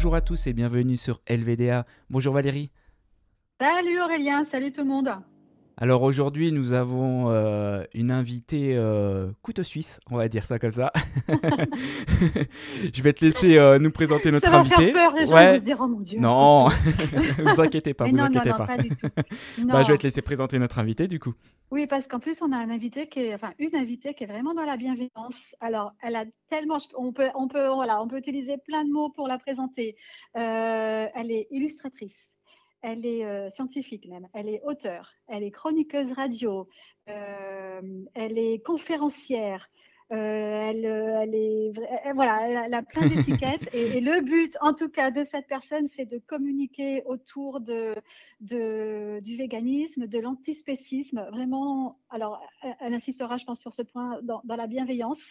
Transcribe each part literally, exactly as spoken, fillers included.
Bonjour à tous et bienvenue sur L V D A. Bonjour Valérie. Salut Aurélien, salut tout le monde. Alors aujourd'hui nous avons euh, une invitée euh, couteau suisse, on va dire ça comme ça. Je vais te laisser euh, nous présenter Ça notre va faire invitée. peur, les gens ils vont Ouais, se dire oh mon Dieu, un non, couteau. vous inquiétez pas, Mais vous non, non, inquiétez non, pas. pas du tout. Bah, je vais Non. te laisser présenter notre invitée du coup. Oui, parce qu'en plus on a un invité qui est, enfin une invitée qui est vraiment dans la bienveillance. Alors, elle a tellement, on peut, on peut, voilà, on peut utiliser plein de mots pour la présenter. Euh, elle est illustratrice. Elle est euh, scientifique même, elle est auteure, elle est chroniqueuse radio, euh, elle est conférencière, euh, elle, euh, elle est, elle- voilà, elle a, elle a plein d'étiquettes et, et le but, en tout cas, de cette personne, c'est de communiquer autour de, de, du véganisme, de l'antispécisme, vraiment. Alors, elle, elle insistera, je pense, sur ce point dans, dans la bienveillance,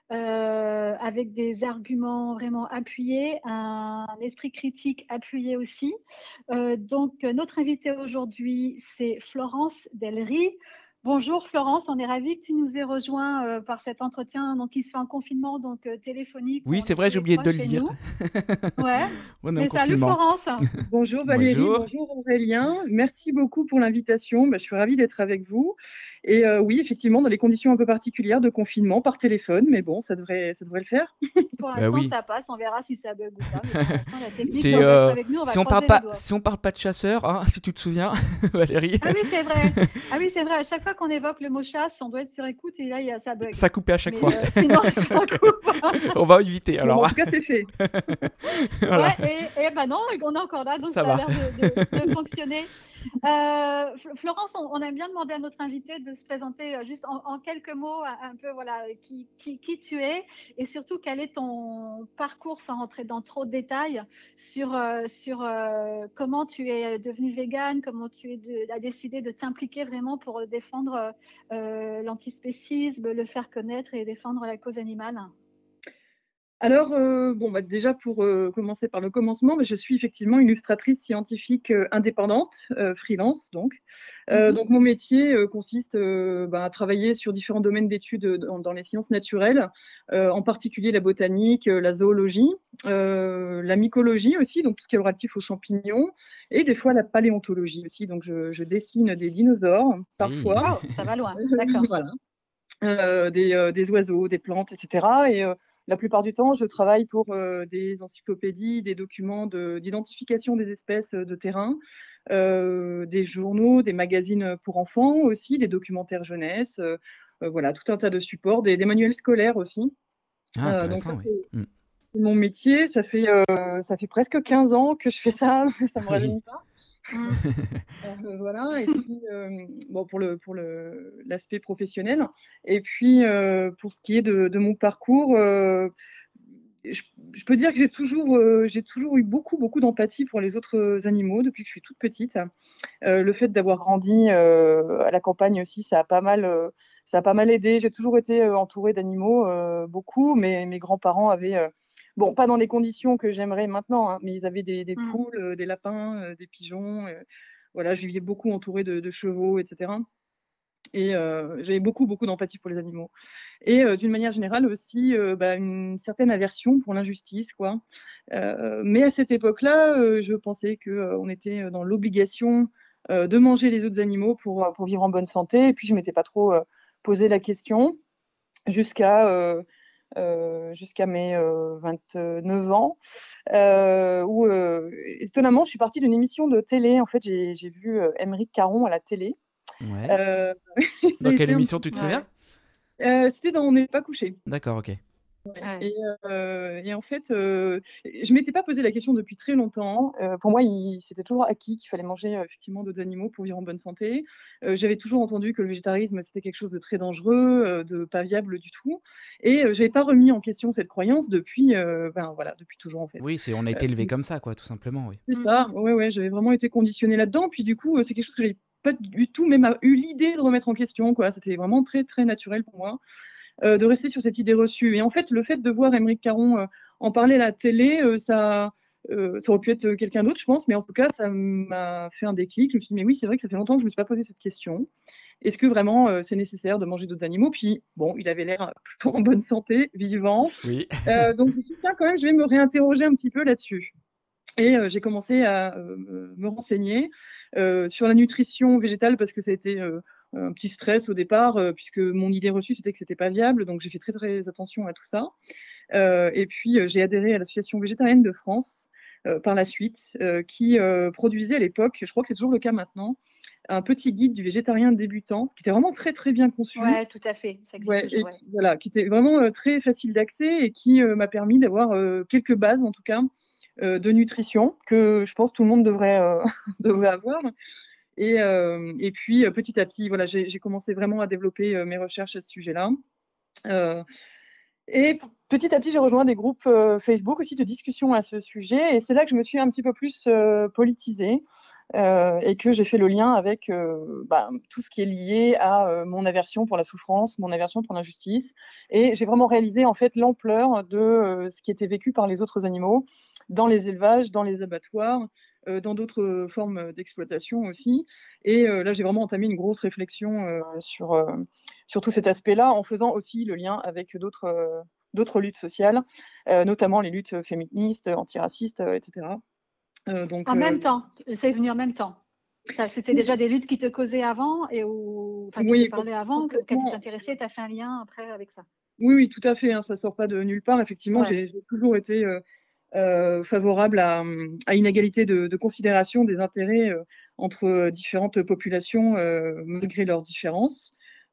euh, avec des arguments vraiment appuyés, un esprit critique appuyé aussi. Euh, donc, notre invitée aujourd'hui, c'est Florence Delry. Bonjour Florence, on est ravis que tu nous aies rejoint euh, par cet entretien donc, qui se fait en confinement donc euh, téléphonique où Oui, on c'est est vrai, tous j'ai les oublié trois de le chez dire. nous. Ouais, On est en mais salut confinement. Florence. Bonjour Valérie, Bonjour. bonjour Aurélien. Merci beaucoup pour l'invitation. Bah, je suis ravie d'être avec vous. Et euh, oui, effectivement, dans des conditions un peu particulières de confinement par téléphone, mais bon, ça devrait, ça devrait le faire. Pour Bah l'instant, oui. ça passe, on verra si ça bug ou pas, mais pour l'instant, la technique C'est semble être euh, avec nous, on va si on parle croiser les pas doigts. si on parle pas de chasseur, hein, si tu te souviens, Valérie. Ah oui, c'est vrai. Ah oui, c'est vrai. À chaque fois qu'on évoque le mot chasse, on doit être sur écoute et là, il y a, ça bug. Ça coupait à chaque fois. Mais euh, sinon, ça coupe. On va éviter Bon, alors. en tout cas, c'est fait. Voilà, Ouais, et, et ben non, on est encore là, donc ça ça a va. l'air de, de, de fonctionner. Euh, Florence, on, on, aime bien demander à notre invité de se présenter euh, juste en, en quelques mots, un, un peu voilà, qui, qui, qui tu es et surtout quel est ton parcours sans rentrer dans trop de détails sur, euh, sur euh, comment tu es devenu végane, comment tu es de, as décidé de t'impliquer vraiment pour défendre euh, l'antispécisme, le faire connaître et défendre la cause animale. Alors, euh, bon, bah, déjà pour euh, commencer par le commencement, bah, je suis effectivement illustratrice scientifique euh, indépendante, euh, freelance donc. Euh, Mm-hmm. donc mon métier euh, consiste euh, bah, à travailler sur différents domaines d'études euh, dans, dans les sciences naturelles, euh, en particulier la botanique, euh, la zoologie, euh, la mycologie aussi, donc tout ce qui est relatif aux champignons, et des fois la paléontologie aussi. Donc je, je dessine des dinosaures Hey. parfois, Oh, ça va loin, d'accord. voilà. Euh, des, euh, des oiseaux, des plantes, et cetera. Et euh, la plupart du temps, je travaille pour euh, des encyclopédies, des documents de- d'identification des espèces de terrain, euh, des journaux, des magazines pour enfants aussi, des documentaires jeunesse, euh, euh, voilà, tout un tas de supports, des, des manuels scolaires aussi. Ah, Euh, donc ça, intéressant, oui. c'est Mm. c'est mon métier. Ça fait, euh, ça fait presque quinze ans que je fais ça, ça me Oui. rajeunit pas. Mm. Euh, voilà, et puis euh, bon, pour le pour le l'aspect professionnel. Et puis euh, pour ce qui est de, de mon parcours, euh, je, je peux dire que j'ai toujours euh, j'ai toujours eu beaucoup beaucoup d'empathie pour les autres animaux depuis que je suis toute petite. Euh, le fait d'avoir grandi euh, à la campagne aussi, ça a pas mal euh, ça a pas mal aidé. J'ai toujours été euh, entourée d'animaux, euh, beaucoup. Mais mes grands-parents avaient euh, bon, pas dans les conditions que j'aimerais maintenant, hein, mais ils avaient des, des Mm. poules, euh, des lapins, euh, des pigeons. euh, voilà, je vivais beaucoup entourée de, de chevaux, et cetera. Et euh, j'avais beaucoup, beaucoup d'empathie pour les animaux. Et euh, d'une manière générale aussi, euh, bah, une certaine aversion pour l'injustice, quoi. Euh, mais à cette époque-là, euh, je pensais que euh, on était dans l'obligation euh, de manger les autres animaux pour, pour vivre en bonne santé. Et puis, je m'étais pas trop euh, posé la question jusqu'à euh, euh, jusqu'à mes euh, vingt-neuf ans, euh, où euh, étonnamment, je suis partie d'une émission de télé. En fait, j'ai j'ai vu euh, Émeric Caron à la télé. Ouais. Euh, ça a Dans quelle été un émission petit- tu te souviens? Ouais, euh, C'était dans On n'est pas couché. D'accord, ok. ouais. Et, euh, et en fait, euh, je m'étais pas posé la question depuis très longtemps. Euh, pour moi, il- c'était toujours acquis qu'il fallait manger euh, effectivement d'autres animaux pour vivre en bonne santé. Euh, j'avais toujours entendu que le végétarisme c'était quelque chose de très dangereux, euh, de pas viable du tout. Et euh, j'avais pas remis en question cette croyance depuis, euh, ben voilà, depuis toujours en fait. Oui, c'est on a Euh, été élevé comme ça, quoi, tout simplement, oui. c'est Mm, ça. mm. Ouais, ouais, j'avais vraiment été conditionnée là-dedans. Puis du coup, euh, c'est quelque chose que j'ai pas du tout même eu l'idée de remettre en question, quoi. C'était vraiment très très naturel pour moi euh, de rester sur cette idée reçue. Et en fait, le fait de voir Émeric Caron euh, en parler à la télé, euh, ça, euh, ça aurait pu être quelqu'un d'autre, je pense, mais en tout cas, ça m'a fait un déclic. Je me suis dit, mais oui, c'est vrai que ça fait longtemps que je ne me suis pas posé cette question. Est-ce que vraiment euh, c'est nécessaire de manger d'autres animaux? Puis, bon, il avait l'air plutôt en bonne santé, vivant. Oui. Euh, donc, je me suis dit, tiens, quand même, je vais me réinterroger un petit peu là-dessus. Et euh, j'ai commencé à euh, me renseigner euh, sur la nutrition végétale parce que ça a été euh, un petit stress au départ, euh, puisque mon idée reçue, c'était que c'était pas viable. Donc, j'ai fait très, très attention à tout ça. Euh, et puis, euh, j'ai adhéré à l'Association végétarienne de France euh, par la suite, euh, qui euh, produisait à l'époque, je crois que c'est toujours le cas maintenant, un petit guide du végétarien débutant, qui était vraiment très, très bien conçu. Ouais, tout à fait, ça existe Ouais, toujours, et ouais. qui, voilà, qui était vraiment euh, très facile d'accès et qui euh, m'a permis d'avoir euh, quelques bases, en tout cas, euh, de nutrition que je pense tout le monde devrait, euh, devrait avoir. Et, euh, et puis, euh, petit à petit, voilà, j'ai j'ai commencé vraiment à développer euh, mes recherches à ce sujet-là. Euh, et p- petit à petit, j'ai rejoint des groupes euh, Facebook aussi de discussion à ce sujet. Et c'est là que je me suis un petit peu plus euh, politisée euh, et que j'ai fait le lien avec euh, bah, tout ce qui est lié à euh, mon aversion pour la souffrance, mon aversion pour l'injustice. Et j'ai vraiment réalisé en fait l'ampleur de euh, ce qui était vécu par les autres animaux dans les élevages, dans les abattoirs, euh, dans d'autres formes d'exploitation aussi. Et euh, là, j'ai vraiment entamé une grosse réflexion euh, sur, euh, sur tout cet aspect-là, en faisant aussi le lien avec d'autres euh, d'autres luttes sociales, euh, notamment les luttes féministes, antiracistes, euh, et cetera. Euh, donc, En euh, même temps, c'est venu en même temps. Ça, c'était déjà des luttes qui te causaient avant et où, enfin, qui te oui, parlaient avant, que, qu'elles complètement. t'intéressaient, tu as fait un lien après avec ça. Oui, oui, tout à fait. Hein, ça sort pas de nulle part. Effectivement, Ouais. j'ai j'ai toujours été euh, euh, favorable à, à une égalité de, de considération des intérêts euh, entre différentes populations, euh, malgré leurs différences.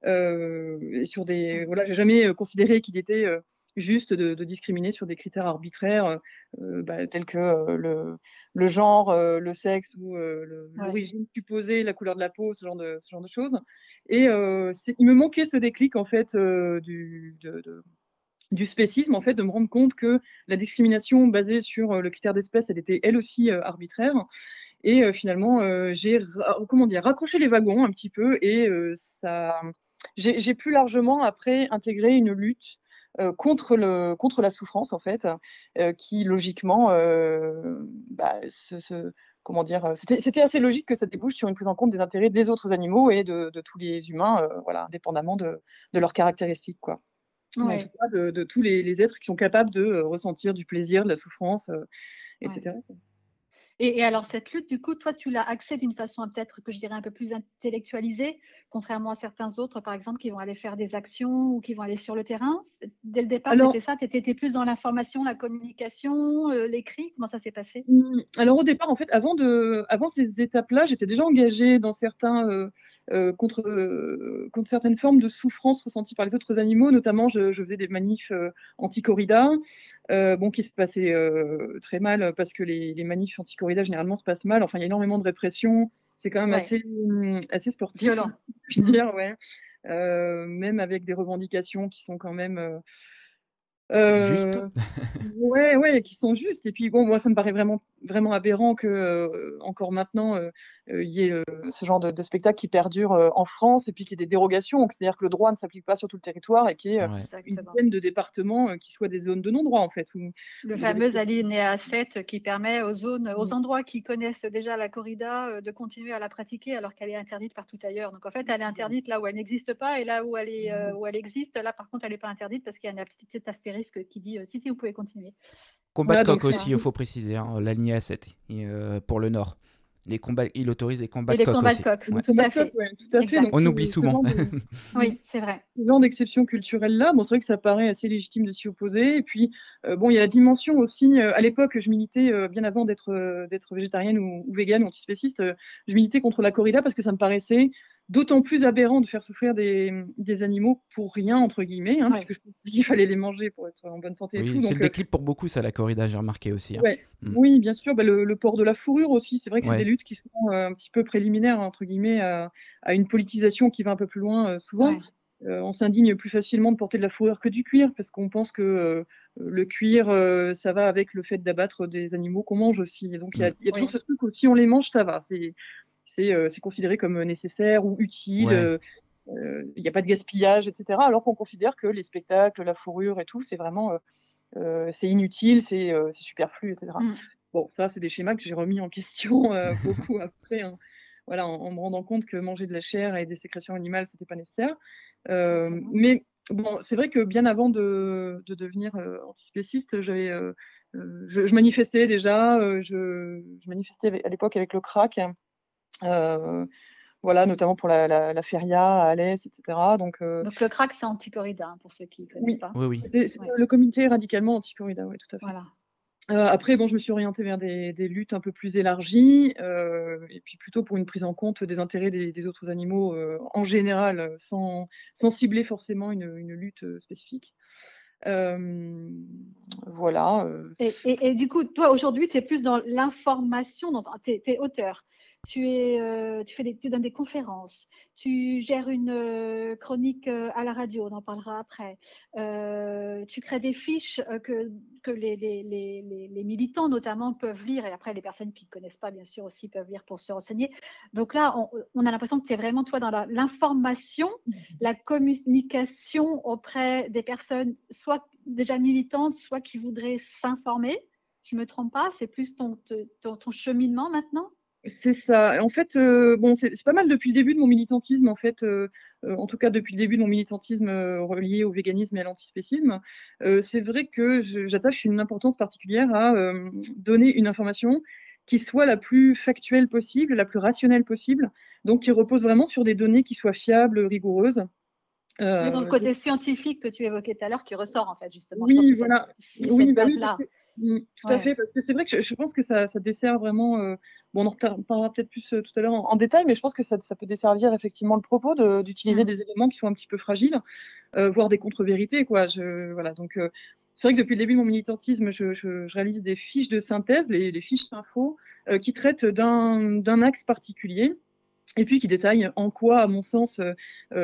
Euh, et sur des, voilà, j'ai jamais euh, considéré qu'il était euh, juste de, de discriminer sur des critères arbitraires euh, bah, tels que euh, le, le genre, euh, le sexe ou euh, le- Ouais. l'origine supposée, la couleur de la peau, ce genre de, ce genre de choses. Et euh, c'est- il me manquait ce déclic en fait euh, du, de, de- du spécisme, en fait, de me rendre compte que la discrimination basée sur euh, le critère d'espèce, elle était elle aussi euh, arbitraire. Et euh, finalement, euh, j'ai ra- comment dire, raccroché les wagons un petit peu et euh, ça, j'ai j'ai pu largement après intégrer une lutte euh, contre le contre la souffrance en fait, euh, qui logiquement, euh, bah, se, se- comment dire, c'était c'était assez logique que ça débouche sur une prise en compte des intérêts des autres animaux et de, de tous les humains, euh, voilà, indépendamment de, de leurs caractéristiques, quoi. Ou en tout Ouais. cas de, de tous les, les êtres qui sont capables de euh, ressentir du plaisir, de la souffrance, euh, Ouais. et cetera. Et, et alors, cette lutte, du coup, toi, tu l'as axée d'une façon peut-être que je dirais un peu plus intellectualisée, contrairement à certains autres, par exemple, qui vont aller faire des actions ou qui vont aller sur le terrain. Dès le départ, Alors, c'était ça? Tu étais plus dans l'information, la communication, euh, l'écrit? Comment ça s'est passé? Mmh, alors au départ, en fait, avant de, avant ces étapes-là, j'étais déjà engagée dans certains, euh, euh, contre, euh, contre certaines formes de souffrance ressenties par les autres animaux. Notamment, je, je faisais des manifs euh, anti-corrida, euh, bon, qui se passaient euh, très mal parce que les, les manifs anti-corrida généralement se passent mal. Enfin, il y a énormément de répression. C'est quand même Ouais. assez, hum, assez sportif, Violent. je puis dire, ouais. Euh, même avec des revendications qui sont quand même euh, Juste. euh, ouais, ouais, qui sont justes. Et puis bon, moi, ça me paraît vraiment, vraiment aberrant que euh, encore maintenant euh, euh, il y ait euh, ce genre de, de spectacle qui perdure euh, en France et puis qu'il y ait des dérogations. Donc, c'est-à-dire que le droit ne s'applique pas sur tout le territoire et qu'il y ait euh, Ouais. une Exactement. dizaine de départements euh, qui soient des zones de non-droit en fait. Où, Le où des fameux exceptions. alinéa sept qui permet aux zones, aux endroits qui connaissent déjà la corrida euh, de continuer à la pratiquer alors qu'elle est interdite partout ailleurs. Donc en fait, elle est interdite là où elle n'existe pas et là où elle, est, euh, où elle existe, là par contre, elle n'est pas interdite parce qu'il y a un petit astérisque qui dit euh, si, si, vous pouvez continuer. Combat de Voilà, coq donc c'est aussi, il faut préciser, hein, l'alinéa sept, et, euh, pour le Nord. Les combats, il autorise les combats Et de les coq combats de aussi. coq, Ouais. le tout combat à de coq, fait. ouais, tout à fait. Exact. Donc On ce, oublie ce souvent. genre de, Oui, c'est vrai. ce genre d'exception culturelle-là, bon, c'est vrai que ça paraît assez légitime de s'y opposer. Et puis, euh, bon, il y a la dimension aussi. Euh, à l'époque, je militais, euh, bien avant d'être euh, d'être végétarienne ou, ou végane ou antispéciste, euh, je militais contre la corrida parce que ça me paraissait d'autant plus aberrant de faire souffrir des, des animaux pour rien, entre guillemets, hein, Ouais. puisque je pensais qu'il fallait les manger pour être en bonne santé et Oui, tout. c'est Donc, le euh, déclip pour beaucoup, ça, la corrida, j'ai remarqué aussi. Hein. ouais. Mm. Oui, bien sûr. Bah, le, le port de la fourrure aussi, c'est vrai que c'est des Ouais. luttes qui sont euh, un petit peu préliminaires, entre guillemets, à, à une politisation qui va un peu plus loin euh, souvent. Ouais. Euh, on s'indigne plus facilement de porter de la fourrure que du cuir, parce qu'on pense que euh, le cuir, euh, ça va avec le fait d'abattre des animaux qu'on mange aussi. Et donc il y a, Mm. il y a Oui. toujours ce truc où si on les mange, ça va. C'est c'est euh, c'est considéré comme nécessaire ou utile. Ouais. euh, euh, Il n'y a pas de gaspillage, et cetera. Alors qu'on considère que les spectacles, la fourrure et tout, c'est vraiment euh, euh, c'est inutile, c'est euh, c'est superflu, et cetera. Mm. Bon, ça, c'est des schémas que j'ai remis en question euh, beaucoup après, hein. Voilà, en, en me rendant compte que manger de la chair et des sécrétions animales, c'était pas nécessaire. Euh, Exactement. mais bon, c'est vrai que bien avant de, de devenir euh, antispéciste, j'avais euh, euh, je, je manifestais déjà, euh, je, je manifestais avec- à l'époque avec le crack, euh, voilà, notamment pour la, la, la feria à Alès, et cetera. Donc, euh, Donc le crack, c'est anti-corrida, hein, pour ceux qui ne connaissent oui, pas. Oui, oui. c'est c'est Ouais, le comité radicalement anti-corrida, oui, tout à fait. voilà. Euh, après, bon, je me suis orientée vers des, des luttes un peu plus élargies, euh, et puis plutôt pour une prise en compte des intérêts des, des autres animaux euh, en général, euh, sans, sans cibler forcément une, une lutte euh, spécifique. Euh, voilà. euh. Et, et- et du coup, toi, aujourd'hui, tu es plus dans l'information, tu es auteur, tu, es, euh, tu, fais des, tu donnes des conférences, tu gères une euh, chronique euh, à la radio, on en parlera après. Euh, tu crées des fiches euh, que, que les, les, les, les- les militants notamment peuvent lire, et après les personnes qui ne connaissent pas, bien sûr, aussi peuvent lire pour se renseigner. Donc là, on, on a l'impression que tu es vraiment, toi, dans la- l'information, la communication auprès des personnes, soit déjà militantes, soit qui voudraient s'informer. Je ne me trompe pas, c'est plus ton, ton, ton cheminement maintenant? C'est ça. En fait, euh, bon, c'est c'est pas mal depuis le début de mon militantisme, en fait, euh, euh, en tout cas depuis le début de mon militantisme euh, relié au véganisme et à l'antispécisme. Euh, c'est vrai que je- j'attache une importance particulière à euh, donner une information qui soit la plus factuelle possible, la plus rationnelle possible, donc qui repose vraiment sur des données qui soient fiables, rigoureuses. Oui, donc le Euh, côté scientifique que tu évoquais tout à l'heure qui ressort en fait justement. Je pense Oui, que voilà. c'est Oui, cette bah oui, parce base-là. que, mm, tout à Ouais. fait, parce que c'est vrai que je, je pense que ça, ça dessert vraiment. euh, bon, on en reparlera parlera peut-être plus euh, tout à l'heure en, en détail, mais je pense que ça, ça peut desservir effectivement le propos de- d'utiliser Mm. des éléments qui sont un petit peu fragiles, euh, voire des contre-vérités, quoi. Je, voilà. Donc, euh, c'est vrai que depuis le début de mon militantisme, je, je- je réalise des fiches de synthèse, les, les fiches info, euh, qui traitent d'un d'un axe particulier. Et puis qui détaille en quoi, à mon sens, euh,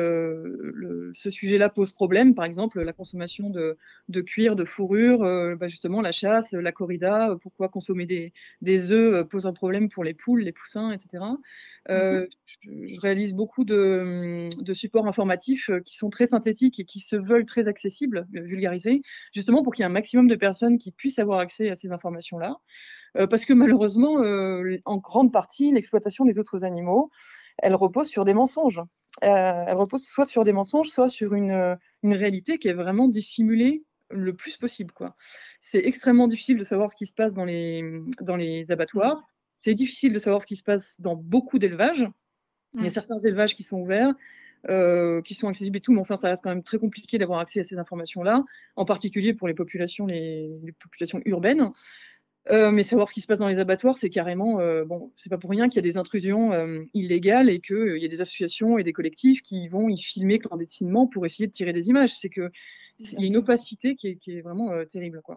le, ce sujet-là pose problème. Par exemple, la consommation de, de cuir, de fourrure, euh, bah justement la chasse, la corrida, euh, pourquoi consommer des, des œufs euh, pose un problème pour les poules, les poussins, et cetera. Euh, Mhm. je, je réalise beaucoup de, de supports informatifs euh, qui sont très synthétiques et qui se veulent très accessibles, euh, vulgarisés, justement pour qu'il y ait un maximum de personnes qui puissent avoir accès à ces informations-là. Euh, parce que malheureusement, euh, en grande partie, l'exploitation des autres animaux, elle repose sur des mensonges. Euh, elle repose soit sur des mensonges, soit sur une, une réalité qui est vraiment dissimulée le plus possible, quoi. C'est extrêmement difficile de savoir ce qui se passe dans les, dans les abattoirs. Mm. C'est difficile de savoir ce qui se passe dans beaucoup d'élevages. Il y a Mm. certains élevages qui sont ouverts, euh, qui sont accessibles et tout, mais enfin, ça reste quand même très compliqué d'avoir accès à ces informations-là, en particulier pour les populations, les, les populations urbaines. Euh, mais savoir ce qui se passe dans les abattoirs, c'est carrément, euh, bon, c'est pas pour rien qu'il y a des intrusions euh, illégales et qu'il euh, y a des associations et des collectifs qui vont y filmer clandestinement pour essayer de tirer des images. C'est que il y a une opacité qui est, qui est vraiment euh, terrible, quoi.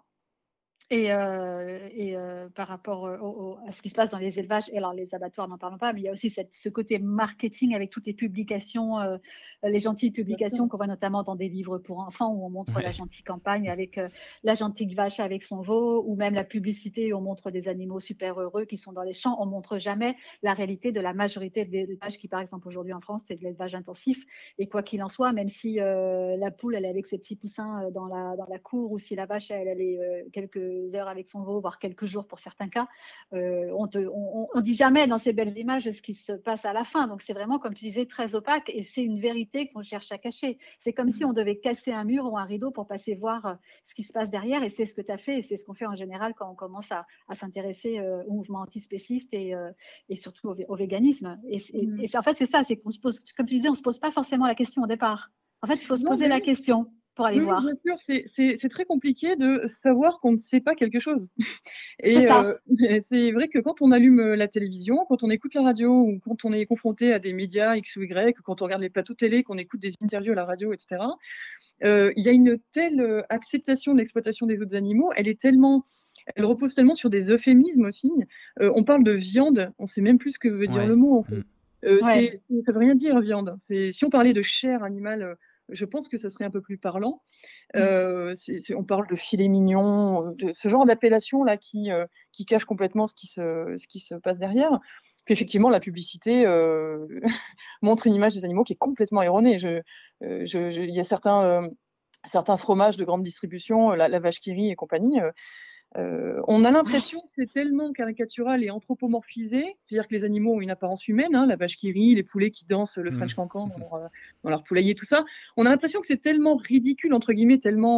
Et, euh, et euh, par rapport au, au, à ce qui se passe dans les élevages, et alors les abattoirs, n'en parlons pas, mais il y a aussi cette, ce côté marketing avec toutes les publications, euh, les gentilles publications qu'on voit notamment dans des livres pour enfants où on montre Ouais. la gentille campagne avec euh, la gentille vache avec son veau, ou même la publicité où on montre des animaux super heureux qui sont dans les champs. On montre jamais la réalité de la majorité de l'élevage qui, par exemple, aujourd'hui en France, c'est de l'élevage intensif. Et quoi qu'il en soit, même si euh, la poule, elle est avec ses petits poussins dans la, dans la cour, ou si la vache, elle, elle est euh, quelques heures avec son veau, voire quelques jours pour certains cas, euh, on ne on, on dit jamais dans ces belles images ce qui se passe à la fin. Donc c'est vraiment, comme tu disais, très opaque et c'est une vérité qu'on cherche à cacher. C'est comme si on devait casser un mur ou un rideau pour passer voir ce qui se passe derrière, et c'est ce que tu as fait et c'est ce qu'on fait en général quand on commence à, à s'intéresser euh, au mouvement antispéciste et, euh, et surtout au, au véganisme. Et, et, Mm. et en fait, c'est ça, c'est qu'on se pose, comme tu disais, on ne se pose pas forcément la question au départ. En fait, il faut se Non, poser mais la oui. question pour aller Oui, oui, voir. bien sûr, c'est- c'est c'est très compliqué de savoir qu'on ne sait pas quelque chose. C'est Et ça. euh, c'est vrai que quand on allume euh, la télévision, quand on écoute la radio, ou quand on est confronté à des médias X ou Y, quand on regarde les plateaux télé, qu'on écoute des interviews à la radio, et cetera, euh, il y a une telle euh, acceptation de l'exploitation des autres animaux, elle est tellement, elle repose tellement sur des euphémismes aussi. Euh, on parle de viande, on sait même plus ce que veut dire Ouais. le mot, en fait. Mm. Euh, Ouais. c'est, ça veut rien dire, viande. C'est, si on parlait de chair animale, euh, je pense que ça serait un peu plus parlant. Mm. Euh, c'est, c'est, on parle de filet mignon, de ce genre d'appellation là qui, euh, qui cache complètement ce qui se, ce qui se passe derrière. Puis effectivement, la publicité euh, montre une image des animaux qui est complètement erronée. Je, euh, je, je, il y a certains, euh, certains fromages de grande distribution, la, la vache qui rit et compagnie. Euh, euh, on a l'impression que c'est tellement caricatural et anthropomorphisé, c'est-à-dire que les animaux ont une apparence humaine, hein, la vache qui rit, les poulets qui dansent le French Mm. cancan dans leur, dans leur poulailler, tout ça. On a l'impression que c'est tellement ridicule, entre guillemets, tellement euh,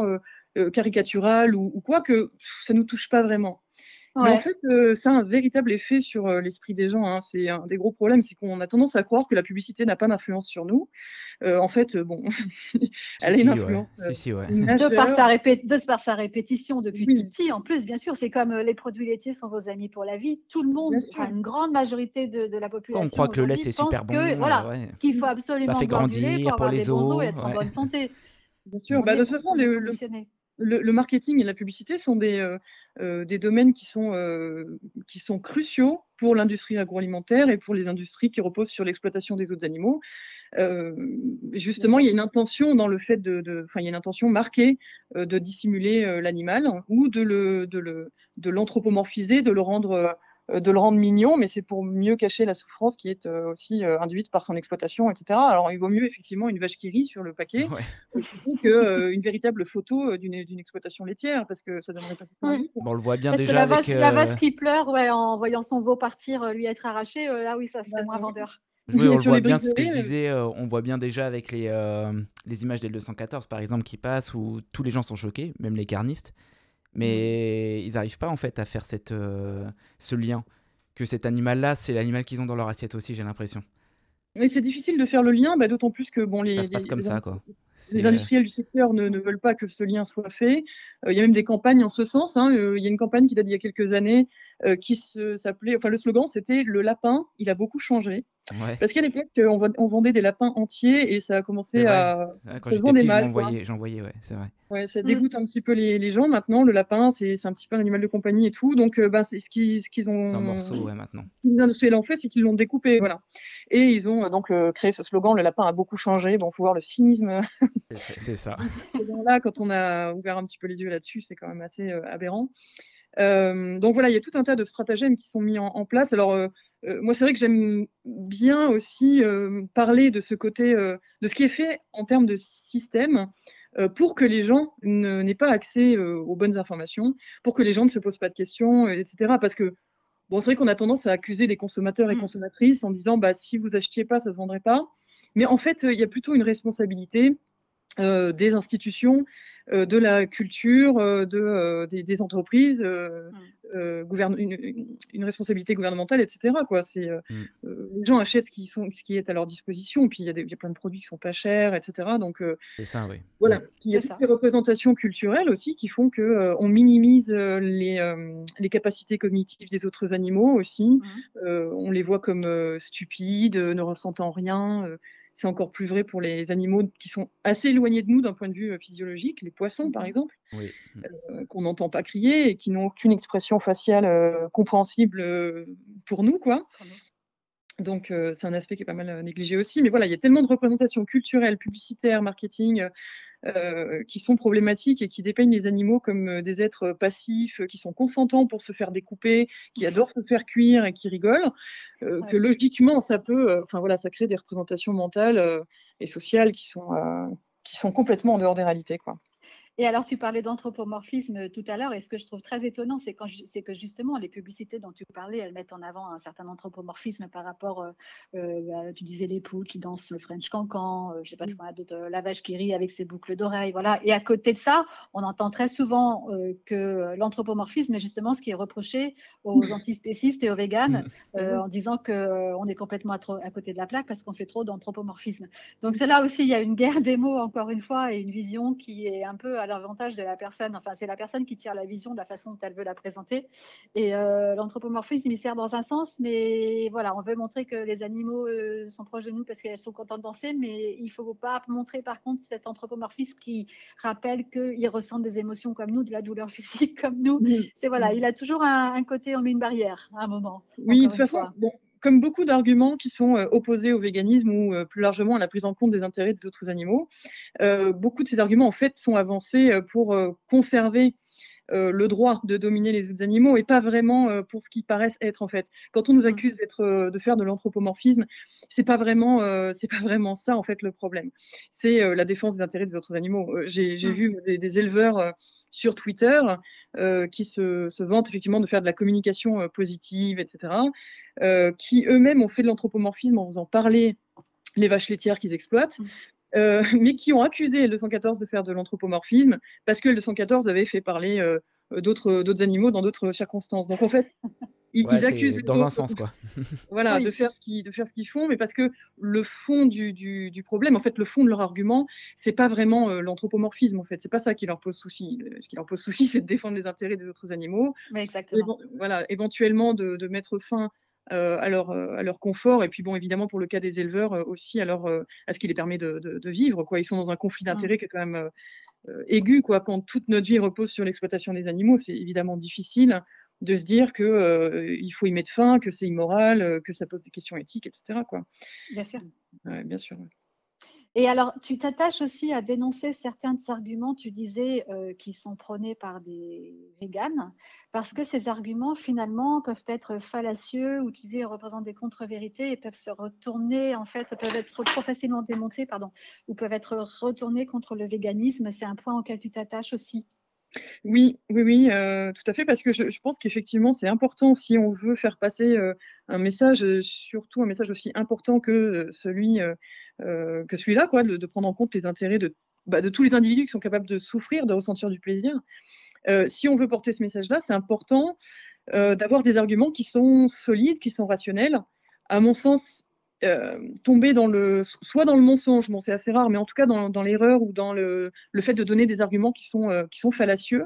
euh, caricatural ou, ou quoi, que pff, ça nous touche pas vraiment. Mais en Ouais. fait, euh, ça a un véritable effet sur euh, l'esprit des gens, hein. C'est un des gros problèmes, c'est qu'on a tendance à croire que la publicité n'a pas d'influence sur nous. Euh, en fait, euh, bon, Si, elle a une si, ouais. influence euh, Si, si, ouais. De par, majeure. sa répé- de par sa répétition depuis Oui, tout petit, en plus, bien sûr, c'est comme euh, les produits laitiers sont vos amis pour la vie. Tout le bien monde, sûr. enfin une grande majorité de, de la Quoi, on population croit que le lait, aujourd'hui c'est pense super bon. que euh, voilà, ouais. qu'il faut Ça absolument fait boire du lait grandir pour pour avoir des les bons os et os. être en Ouais. bonne santé. Bien sûr. On Bah, de est, toute façon, on est le, le, conditionné. le, le marketing et la publicité sont des, euh, euh, des domaines qui sont, euh, qui sont cruciaux pour l'industrie agroalimentaire et pour les industries qui reposent sur l'exploitation des autres animaux. Euh, justement, il y a une intention dans le fait de, de, enfin, il y a une intention marquée euh, de dissimuler euh, l'animal ou de le, de le, de l'anthropomorphiser, de le rendre, euh, de le rendre mignon, mais c'est pour mieux cacher la souffrance qui est euh, aussi euh, induite par son exploitation, et cetera. Alors, il vaut mieux effectivement une vache qui rit sur le paquet Ouais. euh, plutôt que euh, une véritable photo euh, d'une, d'une exploitation laitière, parce que ça donnerait pas Oui. envie. Bon, on le voit bien Parce que déjà la avec. vache, la vache euh, qui pleure, ouais, en voyant son veau partir, euh, lui être arraché, euh, là oui, ça Bah, c'est moins oui. vendeur. Oui, on Et le sur voit les bien, briques c'est ce de que je lait, euh, disais. euh, on voit bien déjà avec les, euh, les images des deux cent quatorze, par exemple, qui passent, où tous les gens sont choqués, même les carnistes. mm, Mais ils n'arrivent pas en fait à faire cette, euh, ce lien. Que cet animal-là, c'est l'animal qu'ils ont dans leur assiette aussi, j'ai l'impression. et c'est difficile de faire le lien, bah, d'autant plus que bon, Ça les, se passe les, comme les ça, quoi. les C'est, euh, industriels du secteur ne, ne veulent pas que ce lien soit fait. Euh, il y a même des campagnes en ce sens, hein. Euh, il y a une campagne qui date d'il y a quelques années euh, qui se, s'appelait, enfin le slogan c'était "Le lapin, il a beaucoup changé". Ouais, Parce qu'à l'époque, on, vend- on vendait des lapins entiers et ça a c'est commencé vrai. à, Ouais, quand ça se j'étais vendait petit, je mal, quoi. m'envoyais, j'en voyais, ouais, c'est vrai. Ouais, ça Mm. dégoûte un petit peu les, les gens maintenant. Le lapin, c'est c'est un petit peu un animal de compagnie et tout. Donc, euh, bah, c'est ce qu'ils ce qu'ils C'est un ont, morceau, ouais, maintenant. les industriels ont fait, c'est qu'ils l'ont découpé, voilà. Et ils ont euh, donc euh, créé ce slogan "Le lapin a beaucoup changé". Bon, faut voir le cynisme C'est c'est ça. là, quand on a ouvert un petit peu les yeux là-dessus, c'est quand même assez euh, aberrant. Euh, donc voilà, il y a tout un tas de stratagèmes qui sont mis en, en place. Alors euh, euh, moi, c'est vrai que j'aime bien aussi euh, parler de ce côté, euh, de ce qui est fait en termes de système euh, pour que les gens ne- n'aient pas accès euh, aux bonnes informations, pour que les gens ne se posent pas de questions, euh, et cetera. Parce que bon, c'est vrai qu'on a tendance à accuser les consommateurs et Mm. consommatrices en disant, bah si vous achetiez pas, ça se vendrait pas. Mais en fait, euh, il y a plutôt une responsabilité euh, des institutions, euh, de la culture, euh, de, euh, des, des entreprises, euh, Mm. euh, gouverne- une, une responsabilité gouvernementale, et cetera. Quoi. C'est, euh, Mm. euh, les gens achètent ce qui, sont, ce qui est à leur disposition, puis il y, a des- il y a plein de produits qui sont pas chers, et cetera. Donc euh, C'est ça, oui. voilà. Mm. Puis il y a C'est toutes ça. ces représentations culturelles aussi qui font que euh, on minimise euh, les, euh, les capacités cognitives des autres animaux aussi. Mm. Euh, on les voit comme euh, stupides, euh, ne ressentant rien. euh, c'est encore plus vrai pour les animaux qui sont assez éloignés de nous d'un point de vue euh, physiologique, les poissons par Mhm. exemple, Oui. Mm. euh, qu'on n'entend pas crier et qui n'ont aucune expression faciale euh, compréhensible euh, pour nous, quoi. Pour nous. Donc euh, c'est un aspect qui est pas mal euh, négligé aussi. Mais voilà, il y a tellement de représentations culturelles, publicitaires, marketing, euh, qui sont problématiques et qui dépeignent les animaux comme euh, des êtres passifs, euh, qui sont consentants pour se faire découper, qui adorent se faire cuire et qui rigolent, euh, que Ouais. logiquement ça peut, euh, enfin voilà, ça crée des représentations mentales euh, et sociales qui sont euh, qui sont complètement en dehors des réalités, quoi. Et alors, tu parlais d'anthropomorphisme tout à l'heure, et ce que je trouve très étonnant, c'est quand je- c'est que justement, les publicités dont tu parlais, elles mettent en avant un certain anthropomorphisme par rapport, euh, euh, à- tu disais les poules qui dansent le French cancan, euh, je sais pas ce qu'on a d'autre, euh, la vache qui rit avec ses boucles d'oreilles, voilà. Et à côté de ça, on entend très souvent euh, que l'anthropomorphisme est justement ce qui est reproché aux antispécistes et aux véganes, Mm. euh, en disant qu'on est complètement à, trop- à côté de la plaque parce qu'on fait trop d'anthropomorphisme. Donc c'est là aussi, il y a une guerre des mots, encore une fois, et une vision qui est un peu à l'avantage de la personne. Enfin, c'est la personne qui tire la vision de la façon dont elle veut la présenter. Et euh, l'anthropomorphisme, il sert dans un sens, mais voilà, on veut montrer que les animaux euh, sont proches de nous parce qu'elles sont contentes de danser, mais il ne faut pas montrer par contre cet anthropomorphisme qui rappelle qu'ils ressentent des émotions comme nous, de la douleur physique comme nous. C'est voilà, il a toujours un, un côté, on met une barrière à un moment, Oui, de encore toute une façon, fois. bon, comme beaucoup d'arguments qui sont euh, opposés au véganisme ou euh, plus largement à la prise en compte des intérêts des autres animaux, euh, beaucoup de ces arguments en fait sont avancés euh, pour euh, conserver euh, le droit de dominer les autres animaux et pas vraiment euh, pour ce qu'ils paraissent être en fait. Quand on nous accuse d'être, euh, de faire de l'anthropomorphisme, c'est pas vraiment, euh, c'est pas vraiment ça en fait le problème. C'est euh, la défense des intérêts des autres animaux. Euh, j'ai, j'ai Mm. vu des, des éleveurs euh, sur Twitter euh, qui se, se vantent effectivement de faire de la communication euh, positive, et cetera, euh, qui eux-mêmes ont fait de l'anthropomorphisme en faisant parler les vaches laitières qu'ils exploitent. euh, mais qui ont accusé L deux cent quatorze de faire de l'anthropomorphisme parce que L deux cent quatorze avait fait parler euh, d'autres d'autres animaux dans d'autres circonstances. Donc en fait, ils, Ouais, ils accusent c'est les dans un autres sens, quoi. voilà, de Oui, faire ce qu'ils de faire ce qu'ils font, mais parce que le fond du, du, du problème, en fait, le fond de leur argument, c'est pas vraiment euh, l'anthropomorphisme, en fait, c'est pas ça qui leur pose souci. Le- Ce qui leur pose souci, c'est de défendre les intérêts des autres animaux, mais exactement. évent- voilà, éventuellement de, de mettre fin euh, à leur euh, à leur confort, et puis bon, évidemment pour le cas des éleveurs euh, aussi, à leur euh, à ce qui les permet de, de, de vivre, quoi. Ils sont dans un conflit Mm. d'intérêts qui est quand même euh, euh, aigu, quoi. Quand toute notre vie repose sur l'exploitation des animaux, c'est évidemment difficile de se dire que euh, il faut y mettre fin, que c'est immoral, euh, que ça pose des questions éthiques, et cetera, quoi. Bien sûr. Ouais, bien sûr. Ouais. Et alors, tu t'attaches aussi à dénoncer certains arguments, tu disais, euh, qui sont prônés par des véganes, parce que ces arguments, finalement, peuvent être fallacieux, ou tu disais, représentent des contre-vérités et peuvent se retourner, en fait, peuvent être trop facilement démontés, pardon, ou peuvent être retournés contre le véganisme. C'est un point auquel tu t'attaches aussi. Oui, oui, oui, euh, tout à fait, parce que je, je pense qu'effectivement, c'est important si on veut faire passer euh, un message, euh, surtout un message aussi important que euh, celui, euh, euh, que celui-là, quoi, de, de prendre en compte les intérêts de, bah, de tous les individus qui sont capables de souffrir, de ressentir du plaisir. Euh, si on veut porter ce message-là, c'est important euh, d'avoir des arguments qui sont solides, qui sont rationnels. À mon sens, euh, tomber dans le, soit dans le mensonge, bon c'est assez rare, mais en tout cas dans, dans l'erreur ou dans le, le fait de donner des arguments qui sont, euh, qui sont fallacieux,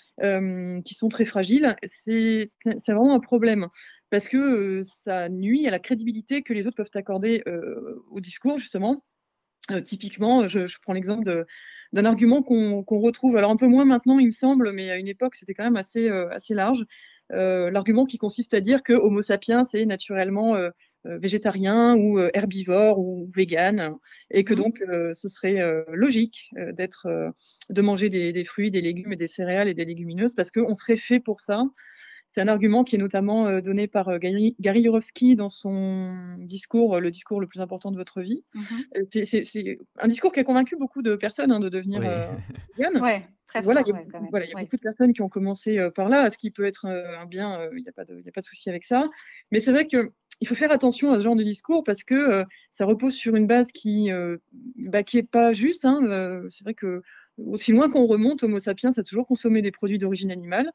euh, qui sont très fragiles, c'est vraiment un problème parce que euh, ça nuit à la crédibilité que les autres peuvent accorder euh, au discours, justement. Euh, typiquement, je, je prends l'exemple d'un argument qu'on qu'on retrouve, alors un peu moins maintenant, il me semble, mais à une époque, c'était quand même assez, euh, assez large. Euh, L'argument qui consiste à dire que Homo sapiens est naturellement euh, euh, végétarien ou euh, herbivore ou vegan, et que Mmh. donc euh, ce serait euh, logique euh, d'être, euh, de manger des, des fruits, des légumes et des céréales et des légumineuses parce qu'on serait fait pour ça. C'est un argument qui est notamment euh, donné par euh, Gary, Gary Yourofsky dans son discours, euh, le discours le plus important de votre vie. Mmh. Euh, C'est un discours qui a convaincu beaucoup de personnes hein, de devenir Oui. euh, vegan. Ouais, très Voilà, fort, il y a, ouais, quand même. voilà, il y a Ouais. beaucoup de personnes qui ont commencé euh, par là, ce qui peut être euh, un bien, euh, il n'y a pas de, il y a pas de souci avec ça. Mais c'est vrai que il faut faire attention à ce genre de discours parce que euh, ça repose sur une base qui, euh, bah, qui est pas juste. Hein. Euh, c'est vrai que aussi loin qu'on remonte, Homo sapiens a toujours consommé des produits d'origine animale.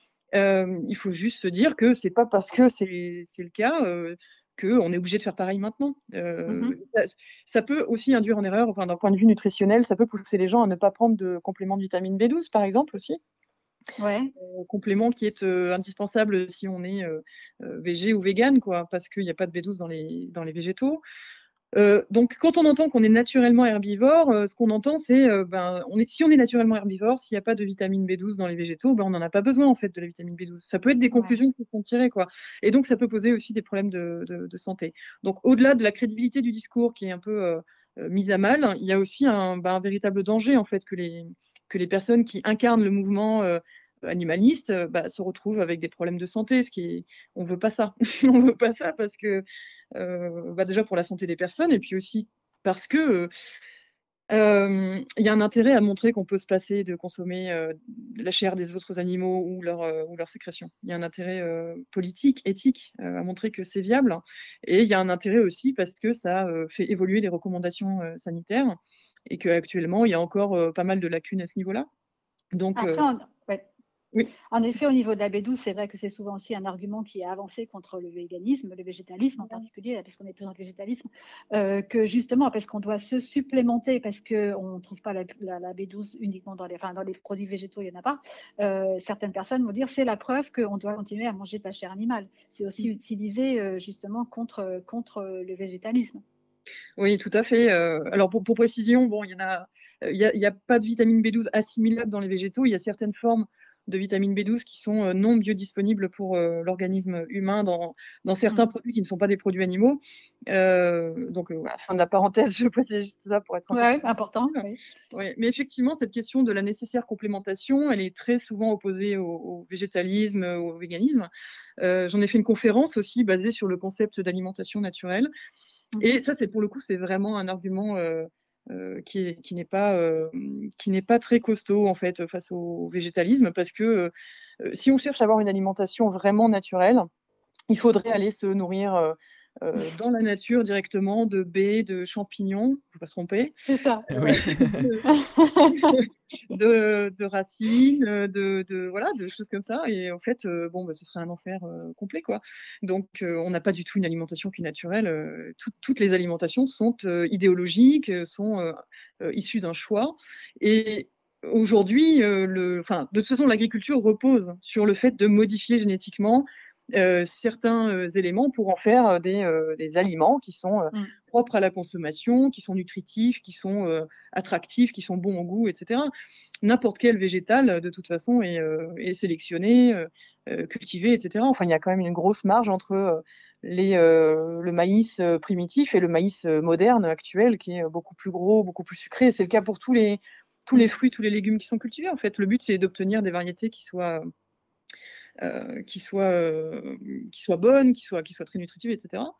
Euh, il faut juste se dire que c'est pas parce que c'est le cas euh, qu'on est obligé de faire pareil maintenant. Euh, Mmh. ça, ça peut aussi induire en erreur, enfin, d'un point de vue nutritionnel, ça peut pousser les gens à ne pas prendre de complément de vitamine B douze, par exemple, aussi. Ouais. Euh, complément qui est euh, indispensable si on est euh, euh, végé ou vegan, quoi, parce qu'il n'y a pas de B douze dans les, dans les végétaux. Euh, donc, quand on entend qu'on est naturellement herbivore, euh, ce qu'on entend, c'est euh, ben, on est, si on est naturellement herbivore, s'il n'y a pas de vitamine B douze dans les végétaux, ben, on n'en a pas besoin en fait de la vitamine B douze. Ça peut être des Ouais. conclusions qui sont tirées, quoi. Et donc, ça peut poser aussi des problèmes de, de, de santé. Donc, au-delà de la crédibilité du discours qui est un peu euh, euh, mise à mal, il y a aussi un, ben, un véritable danger en fait que les, que les personnes qui incarnent le mouvement euh, animaliste euh, bah, se retrouvent avec des problèmes de santé, ce qui est, on veut pas ça. On veut pas ça parce que euh, bah déjà pour la santé des personnes et puis aussi parce que euh, il y a un intérêt à montrer qu'on peut se passer de consommer euh, la chair des autres animaux ou leur, euh, ou leur sécrétion. Il y a un intérêt euh, politique, éthique euh, à montrer que c'est viable. Et il y a un intérêt aussi parce que ça euh, fait évoluer les recommandations euh, sanitaires et qu'actuellement, il y a encore euh, pas mal de lacunes à ce niveau-là. Donc, Après, euh, on ouais. oui. En effet, au niveau de la B douze, c'est vrai que c'est souvent aussi un argument qui est avancé contre le véganisme, le végétalisme en particulier, puisqu'on est plus dans le végétalisme, euh, que justement parce qu'on doit se supplémenter, parce qu'on ne trouve pas la, la, la B douze uniquement dans les, enfin, dans les produits végétaux, il n'y en a pas. Euh, certaines personnes vont dire c'est la preuve qu'on doit continuer à manger de la chair animale. C'est aussi utilisé euh, justement contre, contre le végétalisme. Oui, tout à fait. Euh, alors pour, pour précision, bon, il y en a, il y a, il y a pas de vitamine B douze assimilable dans les végétaux. Il y a certaines formes de vitamine B douze qui sont euh, non biodisponibles pour euh, l'organisme humain dans, dans certains Mm. produits qui ne sont pas des produits animaux. Euh, donc, euh, voilà, fin de la parenthèse, je précise juste ça pour être un peu Ouais, plus important. précis. Oui. Ouais, mais effectivement, cette question de la nécessaire complémentation, elle est très souvent opposée au, au végétalisme, au véganisme. Euh, J'en ai fait une conférence aussi basée sur le concept d'alimentation naturelle. Et Mm-hmm. ça, c'est pour le coup, c'est vraiment un argument euh, euh, qui est, qui n'est pas, euh, qui n'est pas très costaud en fait face au végétalisme, parce que euh, si on cherche à avoir une alimentation vraiment naturelle, il faudrait aller se nourrir euh, euh, dans la nature directement de baies, de champignons, faut pas se tromper, C'est ça. euh, Oui. de, de racines, de, de voilà, de choses comme ça. Et en fait, euh, bon, bah, ce serait un enfer euh, complet, quoi. Donc, euh, on n'a pas du tout une alimentation qui est naturelle. Euh, tout- toutes les alimentations sont euh, idéologiques, euh, sont euh, euh, issues d'un choix. Et aujourd'hui, euh, le, enfin, de toute façon, l'agriculture repose sur le fait de modifier génétiquement euh, certains euh, éléments pour en faire euh, des, euh, des aliments qui sont euh, Mm. propres à la consommation, qui sont nutritifs, qui sont euh, attractifs, qui sont bons au goût, et cetera. N'importe quel végétal, de toute façon, est, euh, est sélectionné, euh, euh, cultivé, et cetera. Enfin, il y a quand même une grosse marge entre euh, les, euh, le maïs euh, primitif et le maïs euh, moderne actuel, qui est beaucoup plus gros, beaucoup plus sucré. C'est le cas pour tous les, tous les fruits, tous les légumes qui sont cultivés. En fait, le but, c'est d'obtenir des variétés qui soient euh, qui soient euh, qui soient bonnes, qui soient qui soient très nutritives, et cetera.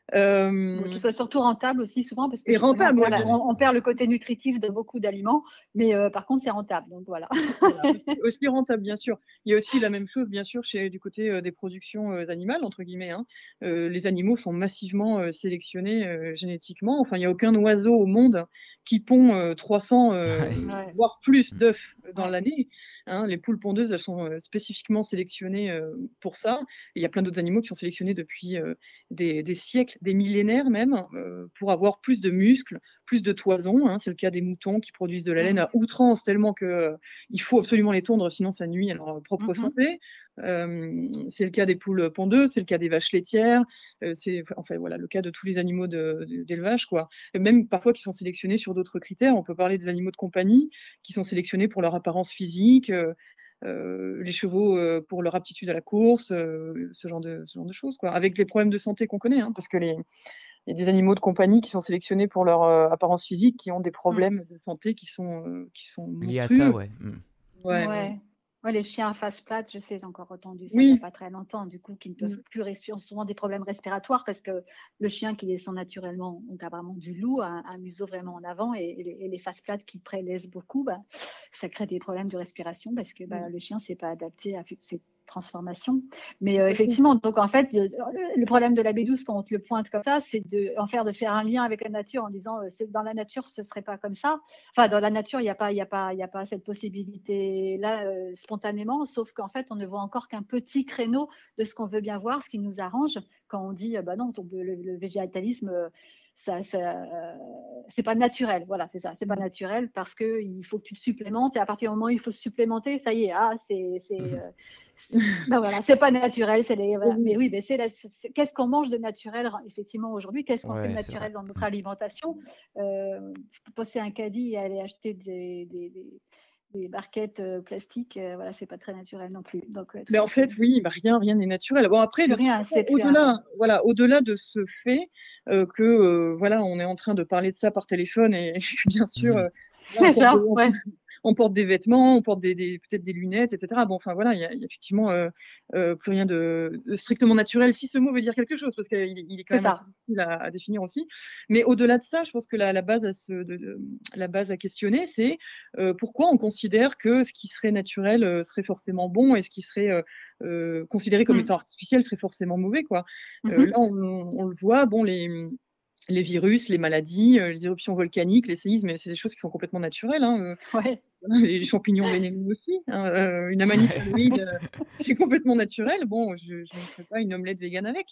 Bon, qui Euh, soit surtout rentable aussi souvent parce que et justement, rentable, oui, voilà, bien Oui. sûr. on, on perd le côté nutritif de beaucoup d'aliments, mais euh, par contre, c'est rentable. Donc voilà. Voilà, aussi, aussi rentable, bien sûr. Il y a aussi la même chose, bien sûr, chez, du côté euh, des productions euh, animales, entre guillemets. Hein. Euh, les animaux sont massivement euh, sélectionnés euh, génétiquement. Enfin, il n'y a aucun oiseau au monde qui pond euh, trois cents, euh, Ouais. Ouais, voire plus Mm. d'œufs dans ouais. l'année. Hein. Les poules pondeuses, elles sont euh, spécifiquement sélectionnées euh, pour ça. Et il y a plein d'autres animaux qui sont sélectionnés depuis euh, des, des siècles, des millénaires même, euh, pour avoir plus de muscles, plus de toison. Hein. C'est le cas des moutons qui produisent de la laine Mm. à outrance tellement que euh, il faut absolument les tondre, sinon ça nuit à leur propre Mhm. santé. Euh, c'est le cas des poules pondeuses, c'est le cas des vaches laitières, euh, c'est enfin voilà le cas de tous les animaux de- de- d'élevage, quoi. Et même parfois qui sont sélectionnés sur d'autres critères. On peut parler des animaux de compagnie qui sont sélectionnés pour leur apparence physique. Euh, euh, les chevaux euh, pour leur aptitude à la course, euh, ce genre de ce genre de choses, quoi. Avec les problèmes de santé qu'on connaît, hein, parce que les il y a des animaux de compagnie qui sont sélectionnés pour leur euh, apparence physique, qui ont des Mm. problèmes de santé qui sont, euh, qui sont Lié à ça, monstrueux. ouais. Mm. Ouais, ouais. Ouais. Ouais, les chiens à face plate, je sais, j'ai encore entendu ça il n'y a Oui. pas très longtemps, du coup, qui ne peuvent Mm. plus respirer, ont souvent des problèmes respiratoires parce que le chien qui descend naturellement, donc apparemment du loup, a un museau vraiment en avant et, et les, et les faces plates qui prélaissent beaucoup, bah, ça crée des problèmes de respiration parce que bah, Mm. le chien ne s'est pas adapté à ces transformations. Mais Tout euh, à fait. effectivement, donc en fait, le, le problème de la B douze, quand on te le pointe comme ça, c'est de, en faire, de faire un lien avec la nature en disant euh, c'est, dans la nature, ce ne serait pas comme ça. Enfin, dans la nature, il n'y a pas, il y a pas, il y a pas cette possibilité-là euh, spontanément, sauf qu'en fait, on ne voit encore qu'un petit créneau de ce qu'on veut bien voir, ce qui nous arrange. Quand on dit, euh, bah non, ton- le, le végétalisme, euh, ça, ça euh, c'est pas naturel. Voilà, c'est ça, c'est pas Mm. naturel parce que il faut que tu te supplémentes et à partir du moment où il faut se supplémenter, ça y est, ah, c'est, c'est, euh, ben voilà, c'est pas naturel, c'est les, voilà. Mais Oui. oui, mais c'est, la- c'est- qu'est-ce qu'on mange de naturel effectivement aujourd'hui? Qu'est-ce qu'on fait de Ouais, c'est vrai. naturel dans notre Mm. alimentation? Euh, passer un caddie et aller acheter des, des, des, des barquettes euh, plastiques, euh, voilà, c'est pas très naturel non plus. Donc, ouais, Mais tout en à fait. fait, oui, bah, rien, rien n'est naturel. Bon, après, Plus de toute rien, façon, c'est plus rien. au-delà, voilà, au-delà de ce fait euh, que, euh, voilà, on est en train de parler de ça par téléphone et bien sûr, Mhm. euh, là, on C'est porte des, ça, ouais. on porte des vêtements, on porte des, des- peut-être des lunettes, et cetera. Bon, enfin voilà, il y a, il y a effectivement euh, euh, plus rien de, de strictement naturel, si ce mot veut dire quelque chose, parce qu'il est, il est quand C'est même assez ça. difficile à, à définir aussi. Mais au-delà de ça, je pense que la, la base à se, de, de- la base à questionner, c'est euh, pourquoi on considère que ce qui serait naturel euh, serait forcément bon et ce qui serait euh, euh, considéré comme Mm. étant artificiel serait forcément mauvais, quoi. Euh, Mhm. là, on, on le voit, bon, les les virus, les maladies, euh, les éruptions volcaniques, les séismes, c'est des choses qui sont complètement naturelles. Hein. Euh, Ouais. les champignons vénéneux aussi. Hein. Euh, une amanite Ouais. phalloïde, euh, c'est complètement naturel. Bon, je, je ne ferai pas une omelette végane avec.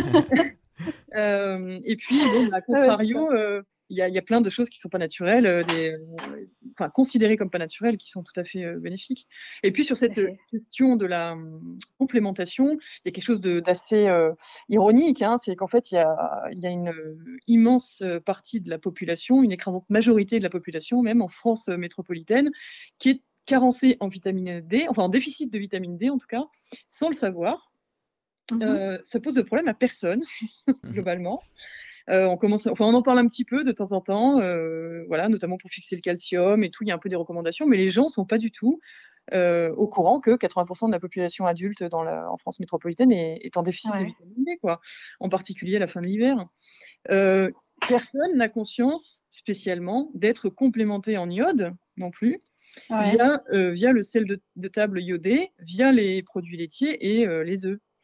Euh, et puis, bon, bah, à Ouais, c'est ça. contrario, euh, il y, a, y a plein de choses qui ne sont pas naturelles, euh, des, euh, enfin, considérées comme pas naturelles, qui sont tout à fait euh, bénéfiques. Et puis, sur En cette effet. question de la hum, complémentation, il y a quelque chose de- d'assez euh, ironique, hein, c'est qu'en fait, il y a, il y a une euh, immense partie de la population, une écrasante majorité de la population, même en France euh, métropolitaine, qui est carencée en vitamine D, enfin en déficit de vitamine D en tout cas, sans le savoir. Mhm. Euh, ça pose de problème à personne, Mhm. globalement. Euh, on commence, enfin, on en parle un petit peu de temps en temps, euh, voilà, notamment pour fixer le calcium et tout. Il y a un peu des recommandations, mais les gens sont pas du tout euh, au courant que quatre-vingts pour cent de la population adulte dans la, en France métropolitaine est, est en déficit de Ouais. vitamine D, quoi. En particulier à la fin de l'hiver. Euh, personne n'a conscience spécialement d'être complémenté en iode non plus Ouais. via, euh, via le sel de, de table iodé, via les produits laitiers et euh, les œufs.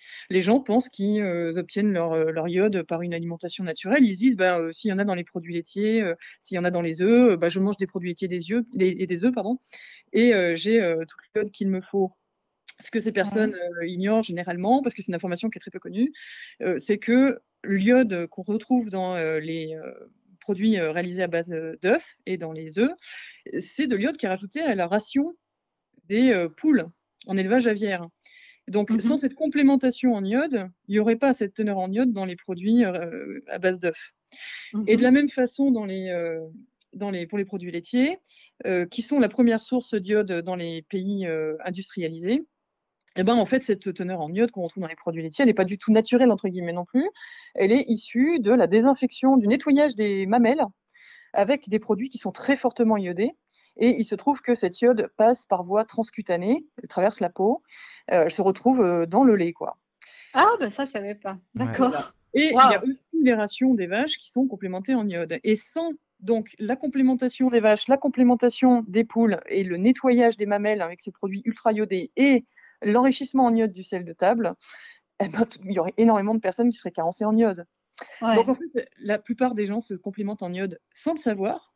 Les gens pensent qu'ils euh, obtiennent leur, euh, leur iode par une alimentation naturelle. Ils se disent, bah, euh, s'il y en a dans les produits laitiers, euh, s'il y en a dans les œufs, euh, bah, je mange des produits laitiers des œufs, des, et des œufs, pardon, et euh, j'ai euh, toute l'iode qu'il me faut. Ce que ces personnes Ouais. euh, ignorent généralement, parce que c'est une information qui est très peu connue, euh, c'est que l'iode qu'on retrouve dans euh, les euh, produits euh, réalisés à base euh, d'œufs et dans les œufs, c'est de l'iode qui est rajouté à la ration des euh, poules en élevage aviaire. Donc, sans Mhm. cette complémentation en iode, il n'y aurait pas cette teneur en iode dans les produits euh, à base d'œufs. Et de la Mhm. même façon, dans les, euh, dans les, pour les produits laitiers, euh, qui sont la première source d'iode dans les pays euh, industrialisés, eh ben, en fait, cette teneur en iode qu'on retrouve dans les produits laitiers, elle n'est pas du tout naturelle, entre guillemets, non plus. Elle est issue de la désinfection, du nettoyage des mamelles avec des produits qui sont très fortement iodés. Et il se trouve que cette iode passe par voie transcutanée, elle traverse la peau, euh, elle se retrouve euh, dans le lait, quoi. Ah, ben ça, je savais pas. Ouais. Voilà. D'accord. Et il y a Waouh. aussi les rations des vaches qui sont complémentées en iode. Et sans donc la complémentation des vaches, la complémentation des poules et le nettoyage des mamelles avec ces produits ultra iodés et l'enrichissement en iode du sel de table, eh ben, il y aurait énormément de personnes qui seraient carencées en iode. Donc Ouais. en fait, la plupart des gens se complémentent en iode sans le savoir.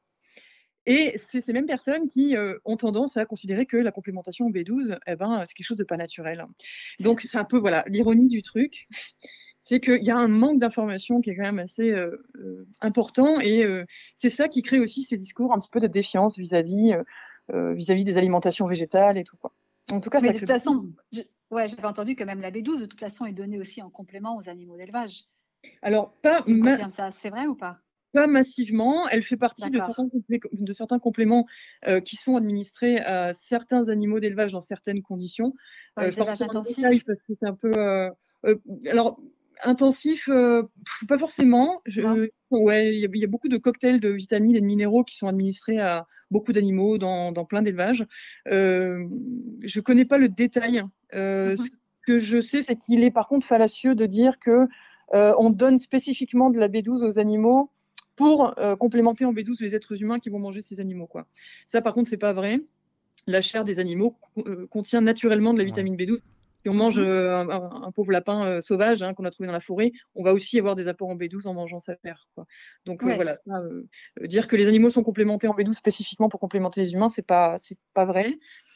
Et c'est ces mêmes personnes qui euh, ont tendance à considérer que la complémentation en B douze, eh ben, c'est quelque chose de pas naturel. Donc c'est un peu voilà l'ironie du truc, c'est qu'il y a un manque d'information qui est quand même assez euh, euh, important, et euh, c'est ça qui crée aussi ces discours un petit peu de défiance vis-à-vis euh, vis-à-vis des alimentations végétales et tout, quoi. En tout cas, Mais ça de crée toute façon, beaucoup. je- ouais, j'avais entendu que même la B douze, de toute façon, est donnée aussi en complément aux animaux d'élevage. Alors pas Tu me ma- confirmes ça, c'est vrai ou pas? pas massivement, elle fait partie de D'accord. certains, complé- de certains compléments euh, qui sont administrés à certains animaux d'élevage dans certaines conditions. Dans Euh, je les ne vais pas élevages rentrer dans le détail intensifs? parce que c'est un peu... euh, euh, alors, intensif, euh, pff, pas forcément. Non? Je, ouais, il y, a- il y a beaucoup de cocktails de vitamines et de minéraux qui sont administrés à beaucoup d'animaux dans, dans plein d'élevages. Euh, je ne connais pas le détail. Euh, ce Mhm. que je sais, c'est qu'il est par contre fallacieux de dire que euh, on donne spécifiquement de la B douze aux animaux pour euh, complémenter en B douze les êtres humains qui vont manger ces animaux, quoi. Ça, par contre, c'est pas vrai. La chair des animaux euh, contient naturellement de la Ouais. vitamine B douze. Si on mange Mhm. euh, un, un, un pauvre lapin euh, sauvage hein, qu'on a trouvé dans la forêt, on va aussi avoir des apports en B douze en mangeant sa chair, quoi. Donc euh, Ouais. voilà, ça, euh, dire que les animaux sont complémentés en B douze spécifiquement pour complémenter les humains, c'est pas, c'est pas vrai.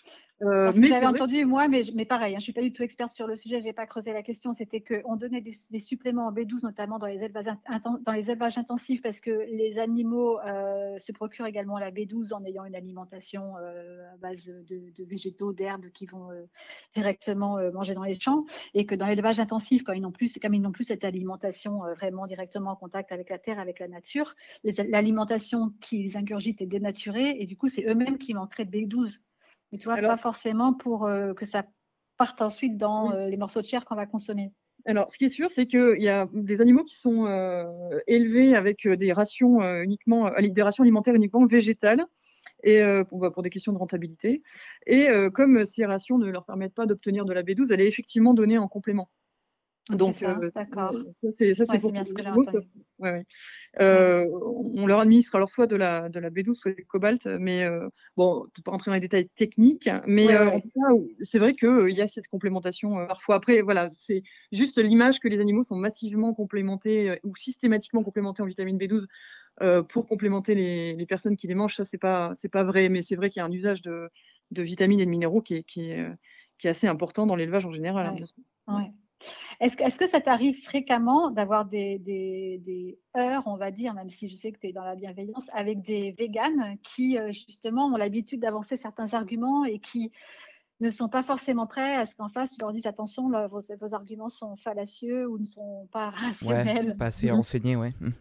Euh, Parce que mais c'est j'avais vrai. entendu, moi, mais, mais pareil, hein, je ne suis pas du tout experte sur le sujet, je n'ai pas creusé la question, c'était qu'on donnait des, des suppléments en B douze, notamment dans les élevages, dans les élevages intensifs, parce que les animaux euh, se procurent également la B douze en ayant une alimentation euh, à base de, de végétaux, d'herbes qui vont euh, directement euh, manger dans les champs, et que dans l'élevage intensif, quand ils n'ont plus, comme ils n'ont plus cette alimentation euh, vraiment directement en contact avec la terre, avec la nature, l'alimentation qu'ils ingurgitent est dénaturée, et du coup, c'est eux-mêmes qui manqueraient de B douze. Mais tu vois, Alors, pas forcément pour euh, que ça parte ensuite dans oui. euh, les morceaux de chair qu'on va consommer. Alors, ce qui est sûr, c'est qu'il y a des animaux qui sont euh, élevés avec des rations euh, uniquement, euh, des rations alimentaires uniquement végétales, et euh, pour, bah, pour des questions de rentabilité. Et euh, comme ces rations ne leur permettent pas d'obtenir de la B douze, elle est effectivement donnée en complément. C'est Donc, ça, euh, d'accord. ça, c'est, ça, c'est Ouais, pour c'est que bien ce que les j'ai animaux soient- entendu. ouais, ouais. Ouais. Euh, on leur administre alors soit de la, de la B douze, soit du cobalt, mais euh, bon, je ne peux pas rentrer dans les détails techniques, mais Ouais, euh, ouais, en ouais. tout cas, c'est vrai qu'il euh, y a cette complémentation euh, parfois. Après, voilà, c'est juste l'image que les animaux sont massivement complémentés euh, ou systématiquement complémentés en vitamine B douze euh, pour complémenter les, les personnes qui les mangent. Ça, c'est pas, c'est pas vrai, mais c'est vrai qu'il y a un usage de, de vitamines et de minéraux qui est, qui est, euh, qui est assez important dans l'élevage en général, hein, Ouais. bien sûr. Ouais. Est-ce que, est-ce que ça t'arrive fréquemment d'avoir des, des, des heures, on va dire, même si je sais que tu es dans la bienveillance, avec des véganes qui, euh, justement, ont l'habitude d'avancer certains arguments et qui ne sont pas forcément prêts à ce qu'en face, tu leur dises attention, là, vos, vos arguments sont fallacieux ou ne sont pas Ouais, rationnels. pas assez Mhm. renseigné, ouais. Mm.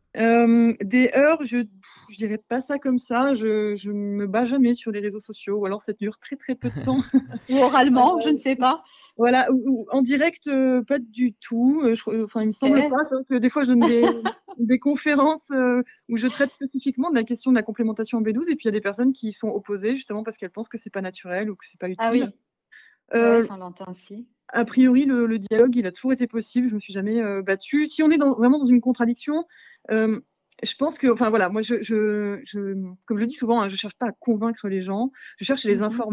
Euh, des heures, je je dirais pas ça comme ça. Je je me bats jamais sur les réseaux sociaux, ou alors ça dure très très peu de temps. Ou oralement, je ne sais pas. Voilà, ou, ou en direct, euh, pas du tout. Euh, je, enfin, il me semble Ok. pas. C'est vrai que des fois, je donne des, des conférences euh, où je traite spécifiquement de la question de la complémentation en B douze, et puis il y a des personnes qui y sont opposées justement parce qu'elles pensent que c'est pas naturel ou que c'est pas Ah utile. oui, ouais, Euh, ça on l'entend aussi. a priori, le, le dialogue, il a toujours été possible. Je me suis jamais euh, battue. Si on est dans, vraiment dans une contradiction, euh, je pense que, enfin voilà, moi, je, je, je, comme je le dis souvent, hein, je cherche pas à convaincre les gens, je cherche à les Mhm. informer.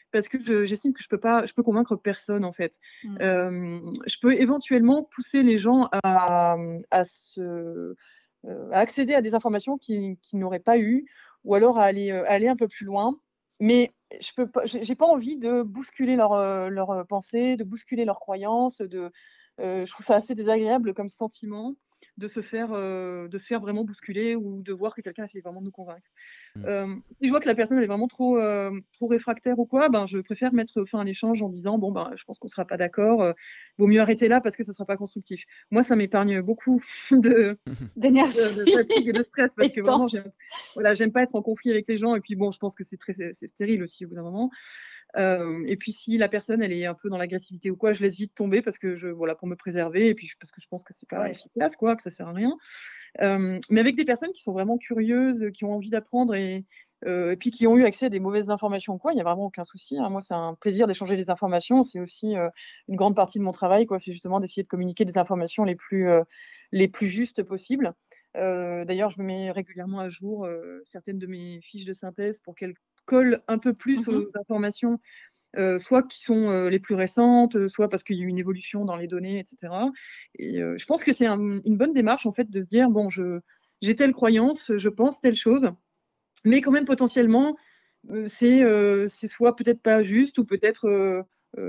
parce que je, j'estime que je peux pas, je peux convaincre personne en fait. Mm. Euh, je peux éventuellement pousser les gens à, à, se, euh, à accéder à des informations qu'ils, qu'ils n'auraient pas eues, ou alors à aller, euh, aller un peu plus loin. Mais je peux pas, j'ai j'ai pas envie de bousculer leur, euh, leur euh, pensée, de bousculer leurs croyances. De, euh, je trouve ça assez désagréable comme sentiment de se faire, euh, de se faire vraiment bousculer ou de voir que quelqu'un essaie vraiment de nous convaincre. Mm. Euh, si je vois que la personne elle est vraiment trop, euh, trop réfractaire ou quoi, ben, je préfère mettre fin à l'échange en disant bon, ben, je pense qu'on ne sera pas d'accord, euh, vaut mieux arrêter là parce que ce ne sera pas constructif. Moi, ça m'épargne beaucoup de, D'énergie de, de fatigue et de stress parce et que de temps. vraiment, j'aime, voilà, j'aime pas être en conflit avec les gens. Et puis bon, je pense que c'est très, c'est, c'est stérile aussi au bout d'un moment. Euh, et puis si la personne elle est un peu dans l'agressivité ou quoi, je laisse vite tomber parce que je, voilà, pour me préserver et puis je- parce que je pense que c'est pas Ouais. efficace, quoi, que ça sert à rien. Euh, mais avec des personnes qui sont vraiment curieuses, qui ont envie d'apprendre et, euh, et puis qui ont eu accès à des mauvaises informations ou quoi, il n'y a vraiment aucun souci, hein. Moi, c'est un plaisir d'échanger des informations. C'est aussi euh, une grande partie de mon travail, quoi. C'est justement d'essayer de communiquer des informations les plus, euh, les plus justes possibles. Euh, d'ailleurs, je me mets régulièrement à jour euh, certaines de mes fiches de synthèse pour qu'elles collent un peu plus Mhm. aux informations, euh, soit qui sont euh, les plus récentes, soit parce qu'il y a eu une évolution dans les données, et cetera. Et euh, je pense que c'est un- une bonne démarche en fait de se dire bon, je j'ai telle croyance, je pense telle chose, mais quand même potentiellement euh, c'est euh, c'est soit peut-être pas juste ou peut-être euh,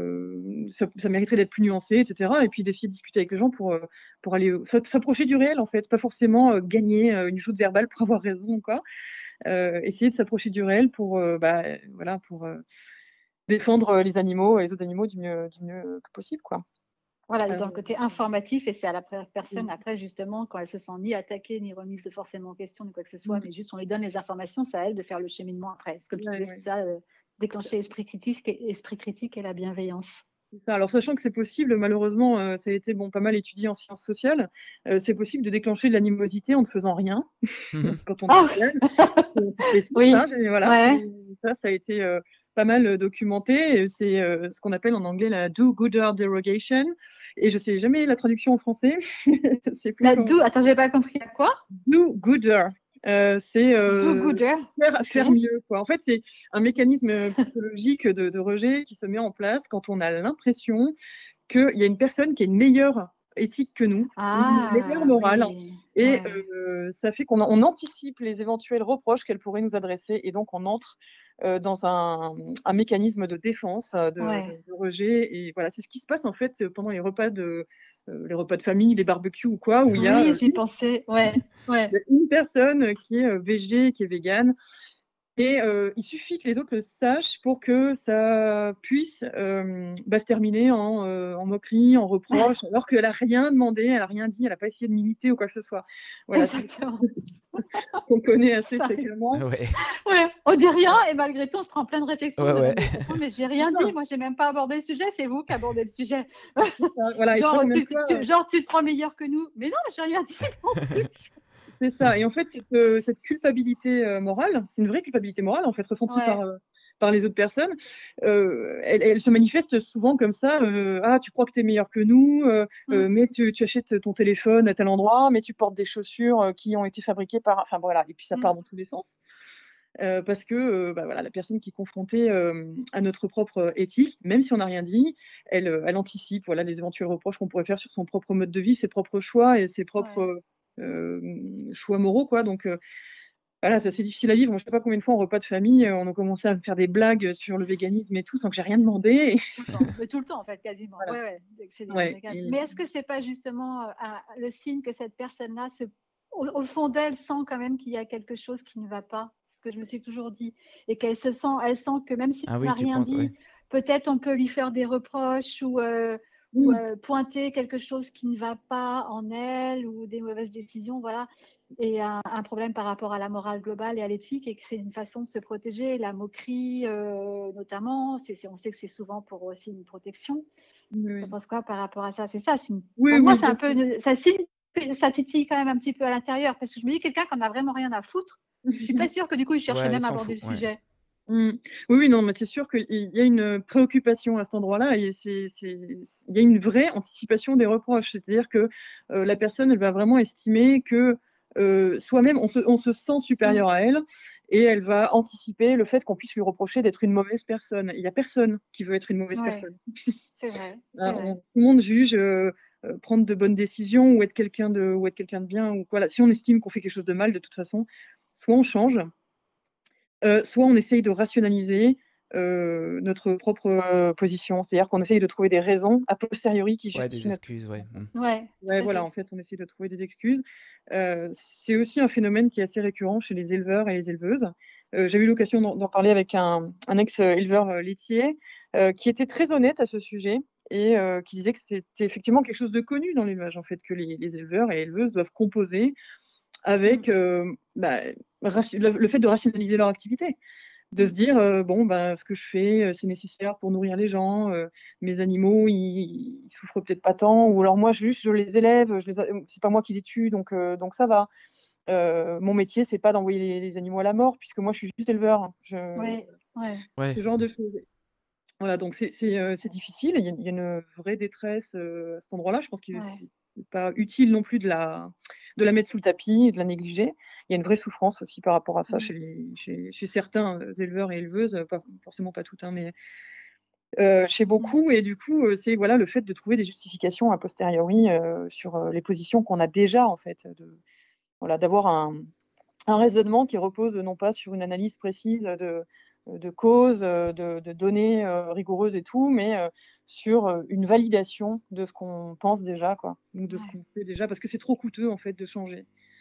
euh, ça, ça mériterait d'être plus nuancé, et cetera. Et puis d'essayer de discuter avec les gens pour euh, pour aller euh, s'approcher du réel en fait, pas forcément euh, gagner euh, une joute verbale pour avoir raison ou quoi. Euh, essayer de s'approcher du réel pour euh, bah, voilà pour euh, défendre les animaux et les autres animaux du mieux, du mieux que possible, quoi. Voilà, Euh, dans le côté informatif, et c'est à la personne après, justement, quand elle se sent ni attaquée, ni remise de forcément en question, ni quoi que ce soit, mm, mais juste on lui donne les informations, c'est à elle de faire le cheminement après. Ce que tu ouais, disais, ouais. c'est ça, euh, déclencher esprit critique, et, esprit critique et la bienveillance. C'est ça. Alors, sachant que c'est possible, malheureusement, euh, ça a été bon, pas mal étudié en sciences sociales, euh, c'est possible de déclencher de l'animosité en ne faisant rien Mhm. quand on est Ah seul. C'est possible, oui, ça, j'ai- voilà, ouais. c'est- ça, ça a été euh, pas mal euh, documenté. Et c'est euh, ce qu'on appelle en anglais la do-gooder derogation. Et je sais jamais la traduction en français. Je sais plus La comment. do, attends, j'ai pas compris à quoi? Do-gooder. Euh, c'est Do euh, gooder. faire, Ok. faire mieux, quoi. En fait, c'est un mécanisme psychologique de, de rejet qui se met en place quand on a l'impression qu'il y a une personne qui a une meilleure éthique que nous, une meilleure Ah morale. oui, Et ouais. euh, ça fait qu'on on anticipe les éventuels reproches qu'elle pourrait nous adresser. Et donc, on entre euh, dans un, un mécanisme de défense, de, Ouais. de, de rejet. Et voilà, c'est ce qui se passe en fait pendant les repas de, euh, les repas de famille, les barbecues ou quoi, où il y a Oui, euh, j'y pensais. Ouais, ouais. une personne qui est euh, végé, qui est végane. Et euh, il suffit que les autres le sachent pour que ça puisse euh, bah, se terminer en, euh, en moquerie, en reproche, alors qu'elle n'a rien demandé, elle n'a rien dit, elle n'a pas essayé de militer ou quoi que ce soit. Voilà, c'est Exactement. qu'on connaît assez Ça arrive. fréquemment. Ouais, Ouais, on dit rien et malgré tout, on se prend en pleine réflexion. ouais, On est ouais. là, mais pourquoi? Mais j'ai rien dit. Moi, j'ai même pas abordé le sujet. C'est vous qui abordez le sujet. Voilà, et je sais pas Genre, combien de tu, fois, tu- genre, tu te crois meilleur que nous. Mais non, j'ai rien dit non plus. c'est ça. Et en fait, cette, euh, cette culpabilité euh, morale, c'est une vraie culpabilité morale, en fait, ressentie par, Ouais. euh, par les autres personnes. Euh, elle, elle se manifeste souvent comme ça. euh, ah, tu crois que tu es meilleur que nous, euh, euh, Mm. mais tu, tu achètes ton téléphone à tel endroit, mais tu portes des chaussures euh, qui ont été fabriquées par. Enfin, voilà. Et puis, ça part Mm. dans tous les sens. Euh, parce que euh, bah, voilà, la personne qui est confrontée euh, à notre propre éthique, même si on n'a rien dit, elle, euh, elle anticipe voilà, les éventuels reproches qu'on pourrait faire sur son propre mode de vie, ses propres choix et ses propres Ouais. euh, choix moraux, quoi. Donc euh, voilà, c'est assez difficile à vivre. Moi, je sais pas combien de fois en repas de famille, euh, on a commencé à me faire des blagues sur le véganisme et tout, sans que j'ai rien demandé. Tout le temps. Mais tout le temps, en fait, quasiment. Voilà. Ouais, ouais. dès que c'est des Ouais, véganes. et- Mais est-ce que c'est pas justement euh, un- le signe que cette personne-là, se, au, au fond d'elle, sent quand même qu'il y a quelque chose qui ne va pas? Ce que je me suis toujours dit. Et qu'elle se sent, elle sent que même si Ah on oui, n'a tu rien penses, ouais. dit, peut-être on peut lui faire des reproches ou, euh, ou Mm. euh, pointer quelque chose qui ne va pas en elle ou des mauvaises décisions, voilà. Et un, un problème par rapport à la morale globale et à l'éthique, et que c'est une façon de se protéger, la moquerie euh, notamment, c'est, c'est, on sait que c'est souvent pour aussi une protection. Oui, Tu penses quoi par rapport à ça? C'est ça, c'est une- oui, pour moi, oui, c'est un bien peu, sûr. une- ça signe que ça titille quand même un petit peu à l'intérieur, parce que je me dis, quelqu'un qui en a vraiment rien à foutre, je suis pas sûre que du coup, il chercherait Ouais, il même à s'en aborder fout, le ouais. sujet. Mm. Oui, oui, non, mais c'est sûr qu'il y a une préoccupation à cet endroit-là et c'est, c'est, il y a une vraie anticipation des reproches. C'est-à-dire que euh, la personne, elle va vraiment estimer que euh, soi-même, on se, on se sent supérieur à elle et elle va anticiper le fait qu'on puisse lui reprocher d'être une mauvaise personne. Il n'y a personne qui veut être une mauvaise Ouais, personne. c'est vrai, c'est Hein, vrai. on- tout le monde juge euh, euh, prendre de bonnes décisions ou être quelqu'un de, ou être quelqu'un de bien. Ou, voilà. Si on estime qu'on fait quelque chose de mal, de toute façon, soit on change, euh, soit on essaye de rationaliser euh, notre propre euh, position. C'est-à-dire qu'on essaye de trouver des raisons a posteriori qui Ouais, des justifient notre... excuses, ouais. Mm. Ouais, Ouais, tout à voilà, fait. en fait, on essaye de trouver des excuses. Euh, c'est aussi un phénomène qui est assez récurrent chez les éleveurs et les éleveuses. Euh, j'ai eu l'occasion d'en d'en parler avec un, un ex-éleveur euh, laitier euh, qui était très honnête à ce sujet et euh, qui disait que c'était effectivement quelque chose de connu dans l'élevage, en fait, que les, les éleveurs et éleveuses doivent composer avec Mm. euh, bah, raci- le, le fait de rationaliser leur activité. De se Mm. dire, euh, bon, ben, ce que je fais, euh, c'est nécessaire pour nourrir les gens, euh, mes animaux, ils, ils souffrent peut-être pas tant, ou alors moi, juste, je les élève, je les, a- c'est pas moi qui les tue, donc, euh, donc ça va. Euh, mon métier, c'est pas d'envoyer les, les animaux à la mort, puisque moi, je suis juste éleveur. Je, Ouais, ouais. Ouais. ce genre de choses. Voilà, donc c'est c'est, euh, c'est difficile, il y, a, il y a une vraie détresse euh, à cet endroit-là. Je pense qu'il Ouais. n'est pas utile non plus de la, de la mettre sous le tapis et de la négliger. Il y a une vraie souffrance aussi par rapport à ça Mm. chez, les, chez, chez certains euh, éleveurs et éleveuses, pas, forcément pas tout, hein, mais euh, chez Mm. beaucoup. Et du coup, euh, c'est voilà, le fait de trouver des justifications a posteriori euh, sur euh, les positions qu'on a déjà, en fait, de, voilà, d'avoir un, un raisonnement qui repose non pas sur une analyse précise de, de causes, de, de données euh, rigoureuses et tout, mais euh, sur euh, une validation de ce qu'on pense déjà, quoi, ou de ce Ouais. qu'on fait déjà, parce que c'est trop coûteux en fait de changer.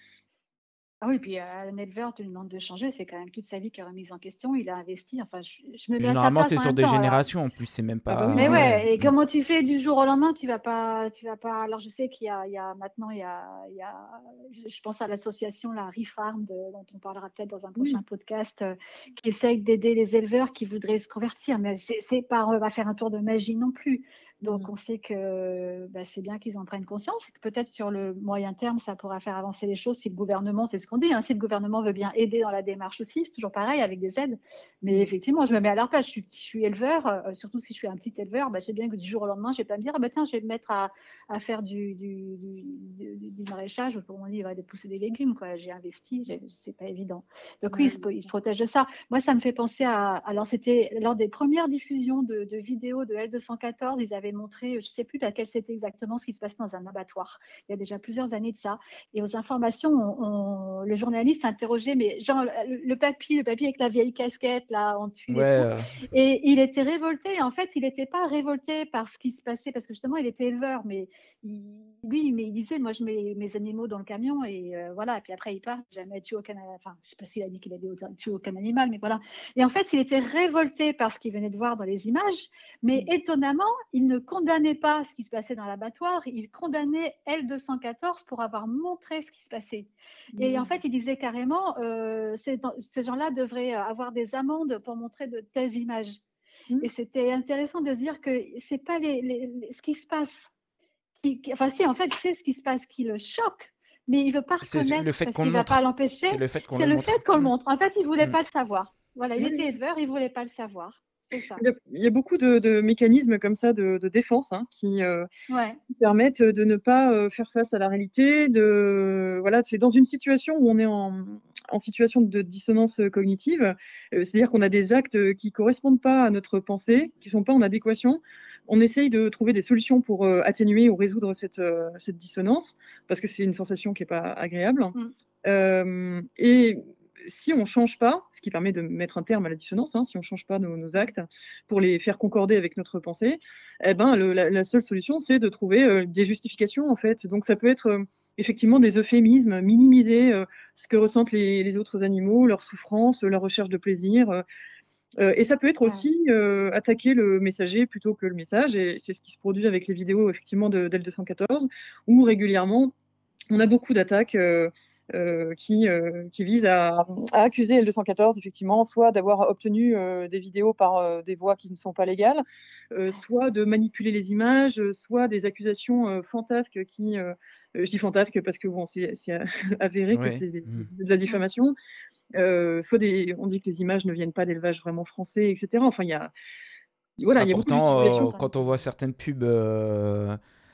Ah oui, puis euh, un éleveur, tu lui demandes de changer, c'est quand même toute sa vie qui est remise en question. Il a investi. Enfin, je, je me mets à sa Généralement, place c'est en sur même des temps. Alors, générations en plus, c'est même Ah bah oui, mais pas. oui. Ouais. ouais, et Mm. comment tu fais du jour au lendemain? Tu vas pas, tu vas pas. Alors, je sais qu'il y a, il y a maintenant, il y a, il y a, je je pense à l'association la Refarm, de- dont on parlera peut-être dans un prochain Oui. podcast, euh, qui essaye d'aider les éleveurs qui voudraient se convertir. Mais c'est c'est pas, on va faire un tour de magie non plus. Donc, Mhm. on sait que bah, c'est bien qu'ils en prennent conscience. Peut-être sur le moyen terme, ça pourra faire avancer les choses si le gouvernement, c'est ce qu'on dit, hein, si le gouvernement veut bien aider dans la démarche aussi, c'est toujours pareil avec des aides. Mais Mhm. effectivement, je me mets à leur place. Je suis, je suis éleveur, euh, surtout si je suis un petit éleveur, bah, je sais bien que du jour au lendemain, je vais pas me dire, ah, bah, tiens, je vais me mettre à, à faire du, du, du, du, du maraîchage, ou comme on dit, ouais, de pousser des légumes, quoi. J'ai investi, j'ai- c'est pas évident. Donc oui, Ouais, ils se, ils se protègent de ça. Moi, ça me fait penser à, alors c'était lors des premières diffusions de, de vidéos de L deux cent quatorze, ils avaient montré, je sais plus laquelle c'était exactement, ce qui se passait dans un abattoir. Il y a déjà plusieurs années de ça. Et aux informations, on, on, le journaliste interrogeait, mais genre le, le papy, le papy avec la vieille casquette là en tuile Ouais. et tout. euh, Et il était révolté. En fait, il n'était pas révolté par ce qui se passait parce que justement, il était éleveur, mais il, lui, mais il disait, moi, je mets mes animaux dans le camion et euh, voilà. Et puis après, il part. Jamais tué aucun, enfin, je sais pas s'il a dit qu'il avait tué aucun animal, mais voilà. Et en fait, il était révolté par ce qu'il venait de voir dans les images, mais Mhm. étonnamment, il ne condamnait pas ce qui se passait dans l'abattoir. Il condamnait L deux cent quatorze pour avoir montré ce qui se passait. Et en fait, il disait carrément, euh, ces, ces gens-là devraient avoir des amendes pour montrer de telles images. Mhm. Et c'était intéressant de se dire que c'est pas les, les, les, ce qui se passe, qui, qui, enfin si, en fait, c'est ce qui se passe qui le choque, mais il veut pas C'est le reconnaître fait parce qu'on le qu'il va pas montre. l'empêcher. C'est le fait qu'on C'est le le fait montre. qu'on le Mm. montre. En fait, il voulait Mm. pas le savoir. Voilà, il Oui, était oui. éleveur, il voulait pas le savoir. C'est ça. Il y a, il y a beaucoup de, de mécanismes comme ça de, de défense hein, qui, euh, Ouais. qui permettent de ne pas euh, faire face à la réalité. De, voilà, c'est dans une situation où on est en, en situation de dissonance cognitive, euh, c'est-à-dire qu'on a des actes qui correspondent pas à notre pensée, qui sont pas en adéquation. On essaye de trouver des solutions pour euh, atténuer ou résoudre cette, euh, cette dissonance, parce que c'est une sensation qui est pas agréable. Mm. Euh, et si on ne change pas, ce qui permet de mettre un terme à la dissonance, hein, si on ne change pas nos, nos, actes pour les faire concorder avec notre pensée, eh ben, le, la, la, seule solution, c'est de trouver euh, des justifications, en fait. Donc, ça peut être euh, effectivement des euphémismes, minimiser euh, ce que ressentent les, les autres animaux, leur souffrance, leur recherche de plaisir. Euh, et ça peut être Ouais. aussi euh, attaquer le messager plutôt que le message. Et c'est ce qui se produit avec les vidéos, effectivement, de, d'L deux cent quatorze, où régulièrement, on a beaucoup d'attaques euh, euh, qui, euh, qui visent à, à accuser L deux cent quatorze, effectivement, soit d'avoir obtenu euh, des vidéos par euh, des voies qui ne sont pas légales, euh, soit de manipuler les images, soit des accusations euh, fantasques qui... Euh, je dis fantasques parce que bon, c'est, c'est avéré Ouais. que c'est des, Mm. de la diffamation. Euh, soit des, on dit que les images ne viennent pas d'élevage vraiment français, et cetera. Enfin, il y a, voilà, Ah, il y a beaucoup de pourtant, justifications. euh, quand on voit certaines pubs, euh,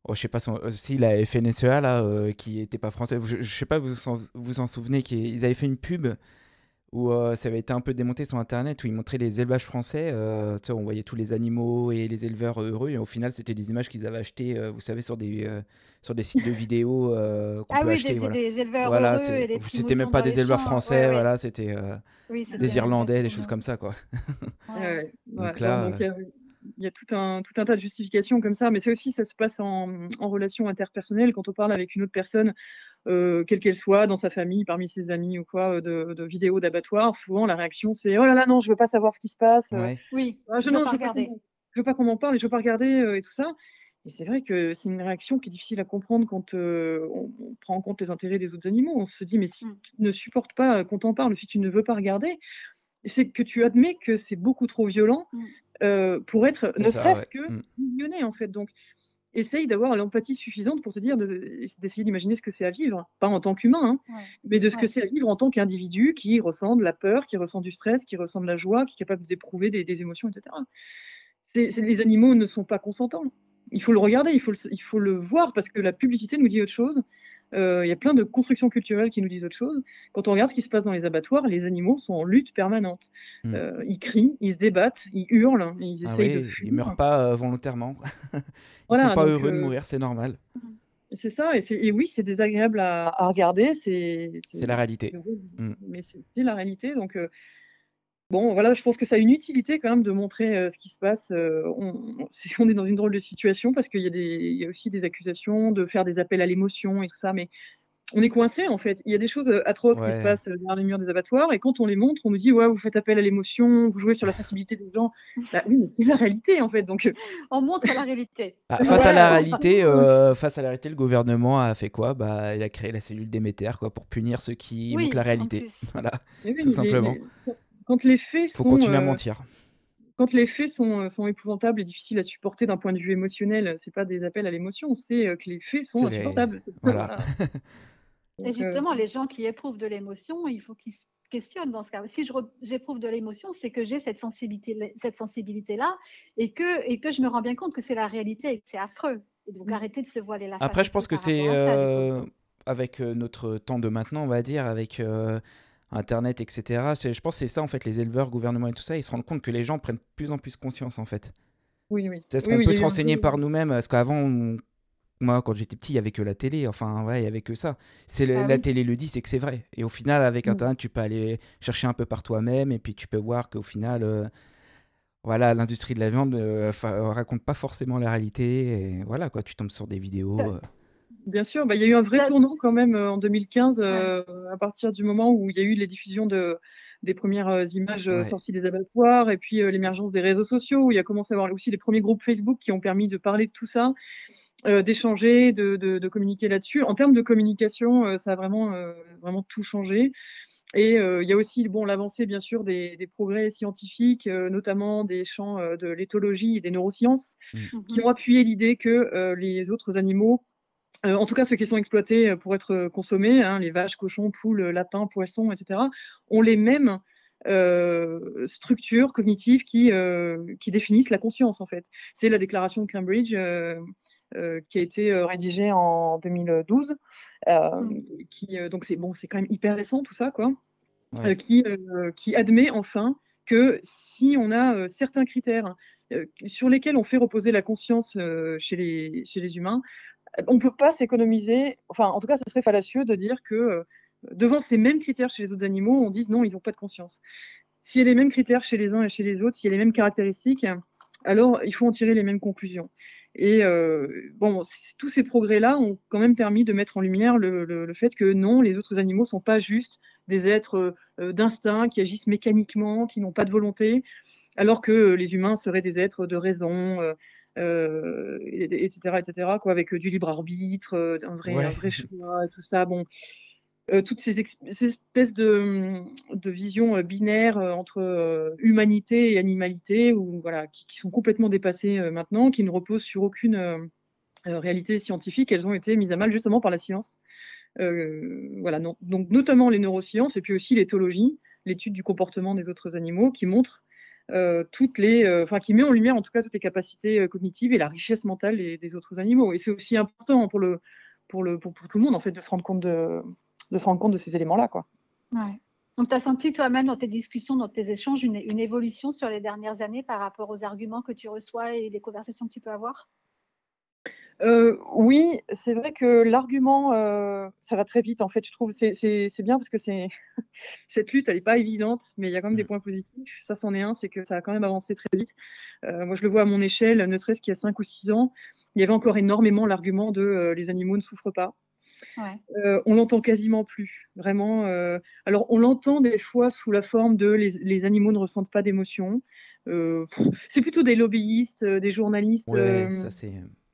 Oh, je sais pas, son- aussi la F N S E A là, euh, qui était pas français. Je, je sais pas, vous vous en, vous en souvenez, qui, ils avaient fait une pub où euh, ça avait été un peu démonté sur internet, où ils montraient les élevages français. Euh, tu sais, on voyait tous les animaux et les éleveurs heureux, et au final, c'était des images qu'ils avaient achetées, euh, vous savez, sur des, euh, sur des sites de vidéos euh, qu'on Ah peut oui, acheter. des, Voilà, des éleveurs voilà, heureux c'est, et des petits c'était même moutons pas dans les des éleveurs champs. Ouais, français, ouais. voilà, c'était euh, Oui, des c'était un Irlandais, des choses effectivement. comme ça, quoi. Ouais. Ouais, Donc ouais, ouais, là, donc euh, il y a, il y a tout un, tout un tas de justifications comme ça, mais c'est aussi, ça se passe en, en relation interpersonnelle, quand on parle avec une autre personne, euh, quelle qu'elle soit, dans sa famille, parmi ses amis ou quoi, euh, de, de vidéos d'abattoirs, souvent la réaction c'est oh là là, non, je veux pas savoir ce qui se passe, euh, ouais, Oui, ah, je, je ne veux non, pas je veux pas qu'on regarder. m'en- je veux pas qu'on m'en parle et je veux pas regarder euh, et tout ça. Et c'est vrai que c'est une réaction qui est difficile à comprendre quand euh, on, on prend en compte les intérêts des autres animaux. On se dit, mais si Mm. tu ne supportes pas euh, qu'on t'en parle, si tu ne veux pas regarder, c'est que tu admets que c'est beaucoup trop violent Mm. euh, pour être, c'est ne ça, serait-ce ouais. que Mm. visionné en fait. Donc, essaye d'avoir l'empathie suffisante pour te dire, de- d'essayer d'imaginer ce que c'est à vivre, pas en tant qu'humain, hein, Ouais. mais de ce que Ouais. c'est à vivre en tant qu'individu qui ressent de la peur, qui ressent du stress, qui ressent de la joie, qui est capable d'éprouver des, des émotions, et cetera. C'est, c'est- les animaux ne sont pas consentants. Il faut le regarder, il faut le, il faut le voir, parce que la publicité nous dit autre chose. Euh, Il y a plein de constructions culturelles qui nous disent autre chose. Quand on regarde ce qui se passe dans les abattoirs, les animaux sont en lutte permanente. Mm. Euh, ils crient, ils se débattent, ils hurlent, ils Ah essayent de oui, ils meurent fuir. pas euh, volontairement. Ils sont Voilà, pas donc heureux de euh, mourir, c'est normal. Mm. c'est ça. Et, c'est- et oui, c'est désagréable à, à regarder, c'est, C'est la c'est, réalité. c'est horrible, Mm. mais c'est c'est la réalité. Donc, euh, bon, voilà, je pense que ça a une utilité quand même de montrer euh, ce qui se passe. Euh, on, on- si on est dans une drôle de situation, parce qu'il y a des, il y a aussi des accusations de faire des appels à l'émotion et tout ça, mais on est coincé en fait. Il y a des choses euh, atroces qui se Ouais. passent euh, derrière les murs des abattoirs, et quand on les montre, on nous dit ouais, vous faites appel à l'émotion, vous jouez sur la sensibilité des gens. Bah oui, mais c'est la réalité en fait. Donc euh, On montre la réalité. Ah, face à voilà. la réalité, euh, face à la réalité, le gouvernement a fait quoi? Bah, il a créé la cellule Déméter, quoi, pour punir ceux qui montrent la Oui, en réalité. plus. Voilà, Mais tout oui, les- simplement. les- quand les faits Faut sont continuer à euh, mentir. quand les faits sont, euh, sont épouvantables et difficiles à supporter d'un point de vue émotionnel, c'est pas des appels à l'émotion, c'est euh, que les faits sont C'est les... insupportables. C'est- Voilà. Voilà. Et Donc, euh, justement, les gens qui éprouvent de l'émotion, il faut qu'ils se questionnent dans ce cas. Si je re- j'éprouve de l'émotion, c'est que j'ai cette sensibilité, cette sensibilité-là, et que, et que je me rends bien compte que c'est la réalité et que c'est affreux. Et donc mm, arrêter de se voiler la face Après, je aussi pense que par c'est rapport à ça, du coup. euh, avec euh, notre temps de maintenant, on va dire, avec euh, Internet, et cetera. C'est, je pense que c'est ça, en fait, les éleveurs, gouvernements et tout ça, ils se rendent compte que les gens prennent de plus en plus conscience, en fait. oui, oui. C'est ce Oui, qu'on oui, il peut y a se eu un renseigner vrai. par nous-mêmes, parce qu'avant, on- moi, quand j'étais petit, il y avait que la télé. Enfin, ouais, il y avait que ça. C'est le- Ah la oui. télé le dit, c'est que c'est vrai. Et au final, avec Mm. Internet, tu peux aller chercher un peu par toi-même, et puis tu peux voir qu'au final, euh, voilà, l'industrie de la viande euh, fa- raconte pas forcément la réalité. Et voilà, quoi, tu tombes sur des vidéos. euh. Bien sûr, bah, il y a eu un vrai Ça- tournant quand même euh, en deux mille quinze, ouais. euh, à partir du moment où il y a eu les diffusions de, des premières euh, images euh, Ouais. sorties des abattoirs, et puis euh, l'émergence des réseaux sociaux, où il y a commencé à avoir aussi les premiers groupes Facebook qui ont permis de parler de tout ça, euh, d'échanger, de, de, de communiquer là-dessus. En termes de communication, euh, ça a vraiment, euh, vraiment tout changé. Et euh, il y a aussi bon, l'avancée, bien sûr, des, des progrès scientifiques, euh, notamment des champs euh, de l'éthologie et des neurosciences, Mm. qui Mhm. ont appuyé l'idée que euh, les autres animaux, euh, en tout cas ceux qui sont exploités euh, pour être euh, consommés, hein, les vaches, cochons, poules, lapins, poissons, et cetera, ont les mêmes euh, structures cognitives qui, euh, qui définissent la conscience, en fait. C'est la déclaration de Cambridge euh, euh, qui a été euh, rédigée en deux mille douze. Euh, Mm. qui, euh, donc c'est bon, c'est quand même hyper récent tout ça, quoi. Euh, Ouais. qui, euh, qui admet enfin que si on a euh, certains critères euh, sur lesquels on fait reposer la conscience euh, chez, les, chez les humains, on ne peut pas s'économiser, enfin en tout cas ce serait fallacieux de dire que euh, devant ces mêmes critères chez les autres animaux, on dise non, ils n'ont pas de conscience. S'il y a les mêmes critères chez les uns et chez les autres, s'il y a les mêmes caractéristiques, alors il faut en tirer les mêmes conclusions. Et euh, bon, tous ces progrès-là ont quand même permis de mettre en lumière le, le, le fait que non, les autres animaux ne sont pas juste des êtres euh, d'instinct qui agissent mécaniquement, qui n'ont pas de volonté, alors que les humains seraient des êtres de raison, euh, euh, et cetera, et cetera, quoi, avec du libre arbitre, euh, un vrai, un Ouais. vrai choix, et tout ça. Bon, euh, toutes ces, ex- ces espèces de, de visions euh, binaires euh, entre euh, humanité et animalité, ou voilà, qui, qui sont complètement dépassées euh, maintenant, qui ne reposent sur aucune euh, euh, réalité scientifique. Elles ont été mises à mal justement par la science. Euh, voilà, non- donc notamment les neurosciences et puis aussi l'éthologie, l'étude du comportement des autres animaux, qui montrent euh, toutes les, euh, enfin qui met en lumière en tout cas toutes les capacités euh, cognitives et la richesse mentale des, des autres animaux. Et c'est aussi important pour le, pour le, pour, pour tout le monde en fait de se rendre compte de, de se rendre compte de ces éléments-là, quoi. Ouais. Donc, tu as senti toi-même dans tes discussions, dans tes échanges, une, une évolution sur les dernières années par rapport aux arguments que tu reçois et les conversations que tu peux avoir? Euh, oui, c'est vrai que l'argument, euh, ça va très vite en fait, je trouve. C'est, c'est, c'est bien parce que c'est, cette lutte, elle n'est pas évidente, mais il y a quand même des Mm. points positifs. Ça, c'en est un, c'est que ça a quand même avancé très vite. Euh, moi, je le vois à mon échelle, ne serait-ce qu'il y a cinq ou six ans, il y avait encore énormément l'argument de euh, les animaux ne souffrent pas. Ouais. Euh, on l'entend quasiment plus, vraiment. Euh, alors, on l'entend des fois sous la forme de les, les animaux ne ressentent pas d'émotion. Euh, pff, c'est plutôt des lobbyistes, euh, des journalistes Ouais, euh, ça c'est.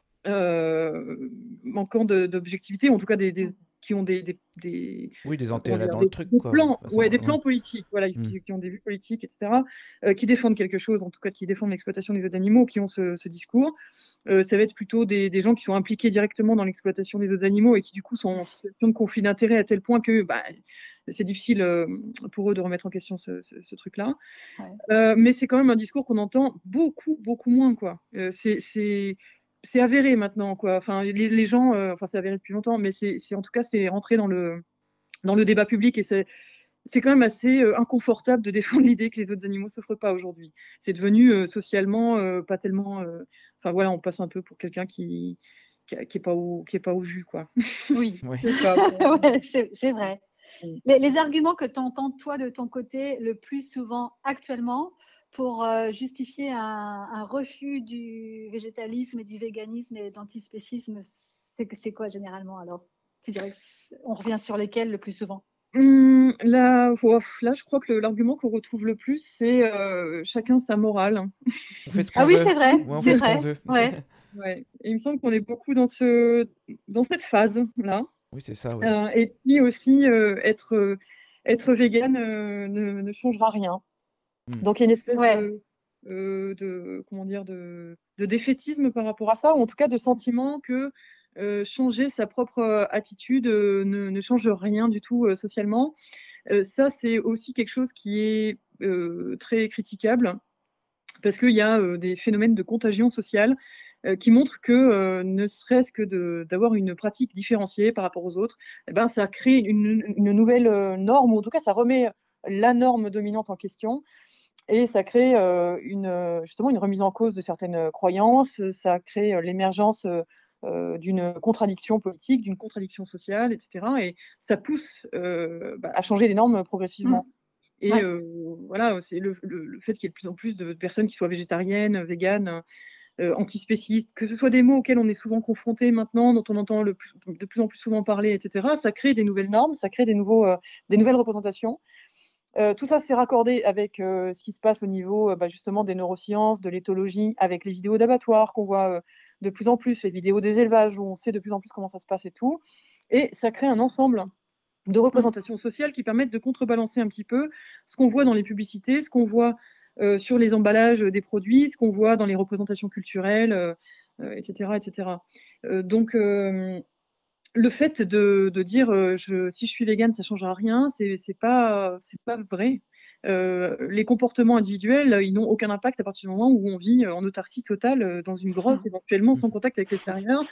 euh, manquant de- d'objectivité, en tout cas des, des- qui ont des, des, des- Oui, des euh, comment intérêts dire, dans le des, truc, des quoi. De toute plans, façon, ouais, des ouais. plans politiques, voilà, Mm. qui, qui ont des vues politiques, et cetera, euh, qui défendent quelque chose, en tout cas qui défendent l'exploitation des autres animaux, qui ont ce, ce discours. Euh, ça va être plutôt des, des gens qui sont impliqués directement dans l'exploitation des autres animaux et qui du coup sont en situation de conflit d'intérêts à tel point que bah, c'est difficile euh, pour eux de remettre en question ce, ce, ce truc-là. Ouais. Euh, mais c'est quand même un discours qu'on entend beaucoup, beaucoup moins, quoi. Euh, c'est, c'est, c'est avéré maintenant, quoi. Enfin, les, les gens, euh, enfin, c'est avéré depuis longtemps, mais c'est, c'est en tout cas, c'est rentré dans le, dans le débat public et c'est, c'est quand même assez euh, inconfortable de défendre l'idée que les autres animaux ne souffrent pas aujourd'hui. C'est devenu euh, socialement euh, pas tellement. euh, Enfin voilà, on passe un peu pour quelqu'un qui qui, qui est pas au qui est pas au jus, quoi. Oui, Ouais. Je sais pas, bon. ouais, c'est c'est vrai. Mm. Les, les arguments que tu entends, toi, de ton côté, le plus souvent actuellement, pour euh, justifier un, un refus du végétalisme et du véganisme et d'antispécisme, c'est c'est quoi généralement alors? Tu dirais qu'on revient sur lesquels le plus souvent? Hum, là, ouf, là, je crois que le- l'argument qu'on retrouve le plus, c'est euh, chacun sa morale. On fait ce Ah qu'on oui, veut. c'est vrai, Ouais, on c'est fait ce qu'on vrai, veut. ouais, Ouais. Et il me semble qu'on est beaucoup dans ce dans cette phase-là. Oui, c'est ça, ouais. Euh, et puis aussi, euh, être, euh, être vegan euh, ne, ne changera rien. Mm. Donc il y a une espèce ouais, de, euh, de, comment dire, de, de défaitisme par rapport à ça, ou en tout cas de sentiment que euh, changer sa propre euh, attitude euh, ne, ne change rien du tout euh, socialement. Euh, ça, c'est aussi quelque chose qui est euh, très critiquable, parce qu'il y a euh, des phénomènes de contagion sociale euh, qui montrent que euh, ne serait-ce que de- d'avoir une pratique différenciée par rapport aux autres, eh ben, ça crée une, une nouvelle euh, norme, ou en tout cas ça remet la norme dominante en question, et ça crée euh, une, euh, justement une remise en cause de certaines croyances, ça crée euh, l'émergence euh, euh, d'une contradiction politique, d'une contradiction sociale, et cetera. Et ça pousse euh, bah, à changer les normes progressivement. mm, Et ouais, euh, voilà, c'est le, le, le fait qu'il y ait de plus en plus de personnes qui soient végétariennes, véganes, euh, antispécistes, que ce soit des mots auxquels on est souvent confronté maintenant, dont on entend le plus, de plus en plus souvent parler, et cetera. Ça crée des nouvelles normes, ça crée des, nouveaux, euh, des nouvelles représentations. Euh, tout ça, c'est raccordé avec euh, ce qui se passe au niveau euh, bah, justement des neurosciences, de l'éthologie, avec les vidéos d'abattoirs qu'on voit euh, de plus en plus, les vidéos des élevages où on sait de plus en plus comment ça se passe et tout. Et ça crée un ensemble de mm, représentations sociales qui permettent de contrebalancer un petit peu ce qu'on voit dans les publicités, ce qu'on voit euh, sur les emballages des produits, ce qu'on voit dans les représentations culturelles, euh, euh, et cetera, et cetera. Euh, donc, euh, le fait de, de dire euh, je, si je suis végane, ça changera rien, c'est c'est pas c'est pas vrai. Euh, les comportements individuels, ils n'ont aucun impact à partir du moment où on vit en autarcie totale euh, dans une grotte, éventuellement sans contact avec l'extérieur.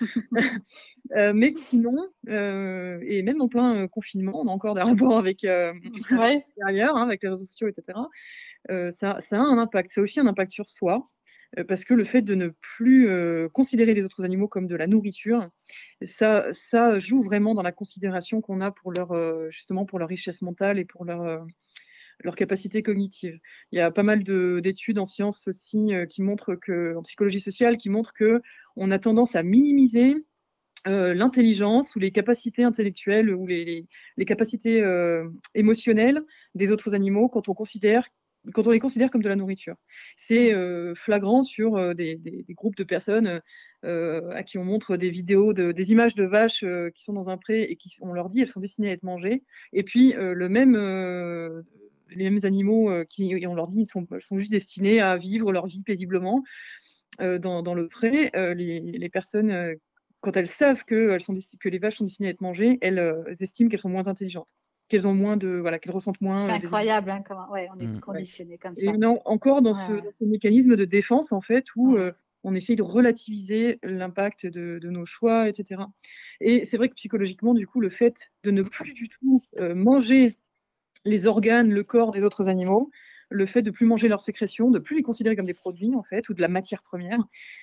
Euh, mais sinon, euh, et même en plein euh, confinement, on a encore des rapports avec, euh, avec ouais, l'extérieur, hein, avec les réseaux sociaux, et cetera. Euh, ça, ça a un impact. C'est aussi un impact sur soi, euh, parce que le fait de ne plus euh, considérer les autres animaux comme de la nourriture, ça, ça joue vraiment dans la considération qu'on a pour leur, euh, justement pour leur richesse mentale et pour leur, euh, leur capacité cognitive. Il y a pas mal de- d'études en sciences aussi euh, qui montrent que, en psychologie sociale, qui montrent que on a tendance à minimiser euh, l'intelligence ou les capacités intellectuelles ou les, les, les capacités euh, émotionnelles des autres animaux quand on considère quand on les considère comme de la nourriture. C'est euh, flagrant sur euh, des, des, des, groupes de personnes euh, à qui on montre des vidéos, de, des images de vaches euh, qui sont dans un pré et qui on leur dit elles sont destinées à être mangées. Et puis euh, le même, euh, les mêmes animaux euh, qui on leur dit ils sont, sont juste destinés à vivre leur vie paisiblement euh, dans, dans, le pré. Euh, les, les personnes euh, quand elles savent que, elles sont, que les vaches sont destinées à être mangées, elles, euh, elles estiment qu'elles sont moins intelligentes. qu'elles ont moins de, voilà, qu'elles ressentent moins. C'est euh, des- incroyable, hein, comment ouais, on est Mm. Ouais. conditionné comme Et ça. on est encore dans Ouais, ce, ouais. dans ce mécanisme de défense, en fait, où Ouais. euh, on essaye de relativiser l'impact de, de nos choix, et cetera. Et c'est vrai que psychologiquement, du coup, le fait de ne plus du tout euh, manger les organes, le corps des autres animaux, le fait de plus manger leurs sécrétions, de plus les considérer comme des produits, en fait, ou de la matière première,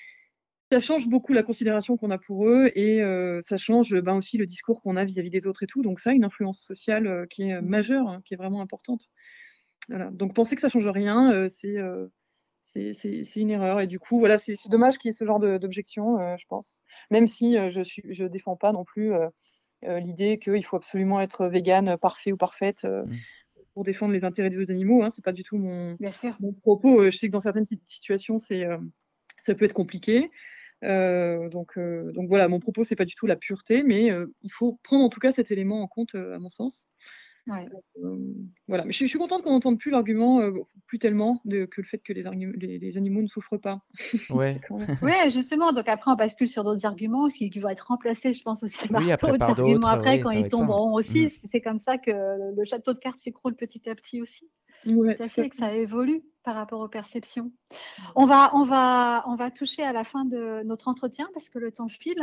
ça change beaucoup la considération qu'on a pour eux et euh, ça change ben, aussi le discours qu'on a vis-à-vis des autres et tout. Donc ça, une influence sociale euh, qui est euh, Mm. majeure, hein, qui est vraiment importante. Voilà. Donc penser que ça change rien, euh, c'est euh, c'est c'est- c'est une erreur. Et du coup, voilà, c'est c'est dommage qu'il y ait ce genre de- d'objection, euh, je pense. Même si euh, je suis, je défends pas non plus euh, euh, l'idée qu'il faut absolument être végane, euh, parfait ou parfaite euh, Mm. pour défendre les intérêts des autres animaux. Hein. C'est pas du tout mon, Bien sûr. mon propos. Euh, Je sais que dans certaines si- situations, c'est euh, ça peut être compliqué. Euh, donc, euh, donc voilà, mon propos, c'est pas du tout la pureté, mais euh, il faut prendre en tout cas cet élément en compte, euh, à mon sens. Ouais. Euh, voilà, mais je, je suis contente qu'on n'entende plus l'argument, euh, plus tellement, de, que le fait que les, argu- les, les animaux ne souffrent pas. Ouais. C'est quand même- Ouais, justement. Donc après, on bascule sur d'autres arguments qui, qui vont être remplacés, je pense aussi par Oui, après d'autres par arguments d'autres, après oui, quand ça va ils être ça. tomberont Mm. aussi. C'est c'est comme ça que le, le château de cartes s'écroule petit à petit aussi. Ouais, Tout à tout à fait, que fait. ça évolue par rapport aux perceptions. On va, on va, on va toucher à la fin de notre entretien parce que le temps file.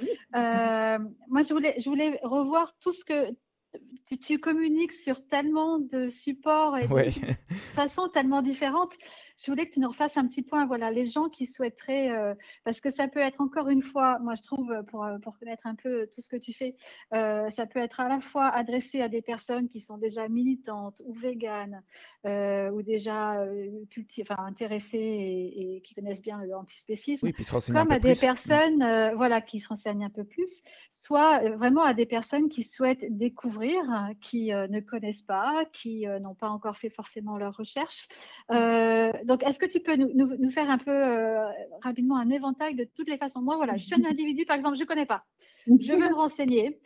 Euh, moi, je voulais, je voulais revoir tout ce que tu, tu communiques sur tellement de supports et de Ouais. façons tellement différentes. Je voulais que tu nous refasses un petit point. Voilà, les gens qui souhaiteraient, euh, parce que ça peut être encore une fois, moi je trouve, pour, euh, pour connaître un peu tout ce que tu fais, euh, ça peut être à la fois adressé à des personnes qui sont déjà militantes ou véganes euh, ou déjà euh, culti- enfin, intéressées et, et qui connaissent bien l'antispécisme, Oui, puis se renseigner un comme peu à des plus. Mm. personnes euh, voilà, qui se renseignent un peu plus, soit euh, vraiment à des personnes qui souhaitent découvrir, hein, qui euh, ne connaissent pas, qui euh, n'ont pas encore fait forcément leurs recherches. Euh, donc, est-ce que tu peux nous, nous, nous faire un peu euh, rapidement un éventail de toutes les façons? Moi, voilà, je suis un individu, par exemple, je ne connais pas. Je veux me renseigner.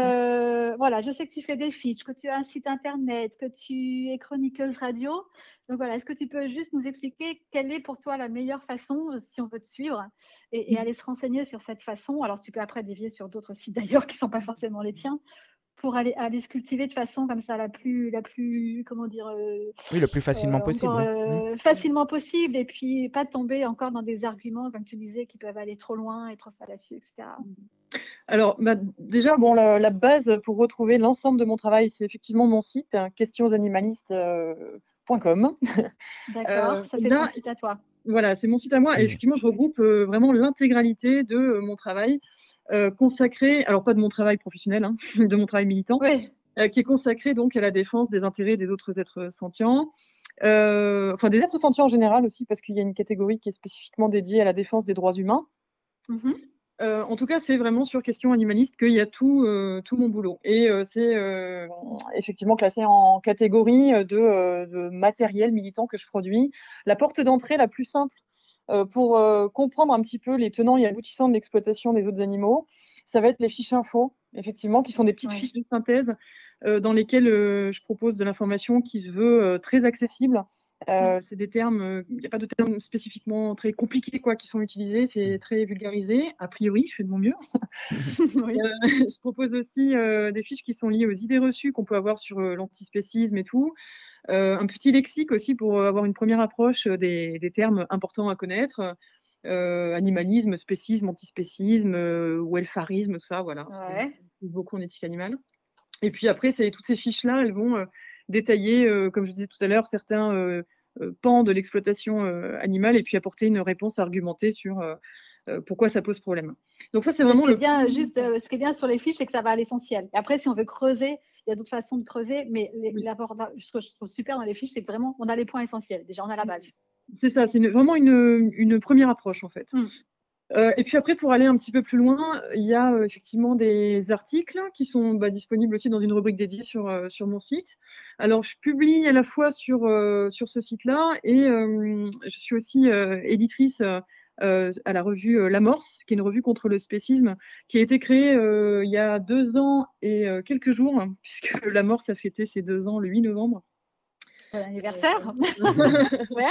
Euh, voilà, je sais que tu fais des fiches, que tu as un site internet, que tu es chroniqueuse radio. Donc voilà, est-ce que tu peux juste nous expliquer quelle est pour toi la meilleure façon, euh, si on veut te suivre et, et aller se renseigner sur cette façon? Alors, tu peux après dévier sur d'autres sites d'ailleurs qui ne sont pas forcément les tiens pour aller, aller se cultiver de façon comme ça la plus, la plus comment dire, euh, Oui, le plus facilement euh, possible, encore oui. Mm. euh, facilement possible et puis pas tomber encore dans des arguments, comme tu disais, qui peuvent aller trop loin et trop fallacieux, et cetera. Alors, bah, déjà, bon, la, la base pour retrouver l'ensemble de mon travail, c'est effectivement mon site, hein, questionsanimalistes point com. D'accord, Euh, ça c'est là, ton site à toi. Voilà, c'est mon site à moi. Et Oui. effectivement, je regroupe euh, vraiment l'intégralité de euh, mon travail euh, consacré, alors pas de mon travail professionnel, hein, de mon travail militant, Oui, euh, qui est consacré donc à la défense des intérêts des autres êtres sentients, euh, enfin des êtres sentients en général aussi, parce qu'il y a une catégorie qui est spécifiquement dédiée à la défense des droits humains. mhm, Euh, en tout cas, c'est vraiment sur question animaliste qu'il y a tout, euh, tout mon boulot. Et euh, c'est euh, effectivement classé en catégorie de, euh, de matériel militant que je produis. La porte d'entrée la plus simple euh, pour euh, comprendre un petit peu les tenants et aboutissants de l'exploitation des autres animaux, ça va être les fiches info, effectivement, qui sont des petites ouais. fiches de synthèse euh, dans lesquelles euh, je propose de l'information qui se veut euh, très accessible. Euh, c'est des termes, il n'y a pas de termes spécifiquement très compliqués quoi, qui sont utilisés, c'est très vulgarisé. A priori, je fais de mon mieux. Oui. Euh, je propose aussi euh, des fiches qui sont liées aux idées reçues qu'on peut avoir sur euh, l'antispécisme et tout. Euh, un petit lexique aussi pour avoir une première approche des, des termes importants à connaître. Euh, animalisme, spécisme, antispécisme, euh, welfarisme, tout ça, voilà. Ouais. C'est beaucoup en éthique animale. Et puis après, c'est, toutes ces fiches-là, elles vont euh, détailler, euh, comme je disais tout à l'heure, certains euh, euh, pans de l'exploitation euh, animale et puis apporter une réponse argumentée sur euh, euh, pourquoi ça pose problème. Donc ça, c'est Mais ce vraiment qui est le... bien, juste, euh, ce qui est bien sur les fiches, c'est que ça va à l'essentiel. Et après, si on veut creuser, il y a d'autres façons de creuser, mais les- Oui. l'abordage- ce que je trouve super dans les fiches, c'est que vraiment, on a les points essentiels. Déjà, on a la base. C'est ça, c'est une- vraiment une, une première approche en fait. Mm. Euh, et puis après, pour aller un petit peu plus loin, il y a euh, effectivement des articles qui sont bah, disponibles aussi dans une rubrique dédiée sur, euh, sur mon site. Alors, je publie à la fois sur, euh, sur ce site-là et euh, je suis aussi euh, éditrice euh, euh, à la revue euh, L'Amorce, qui est une revue contre le spécisme, qui a été créée euh, il y a deux ans et euh, quelques jours, hein, puisque L'Amorce a fêté ses deux ans le huit novembre. Bon anniversaire. Ouais.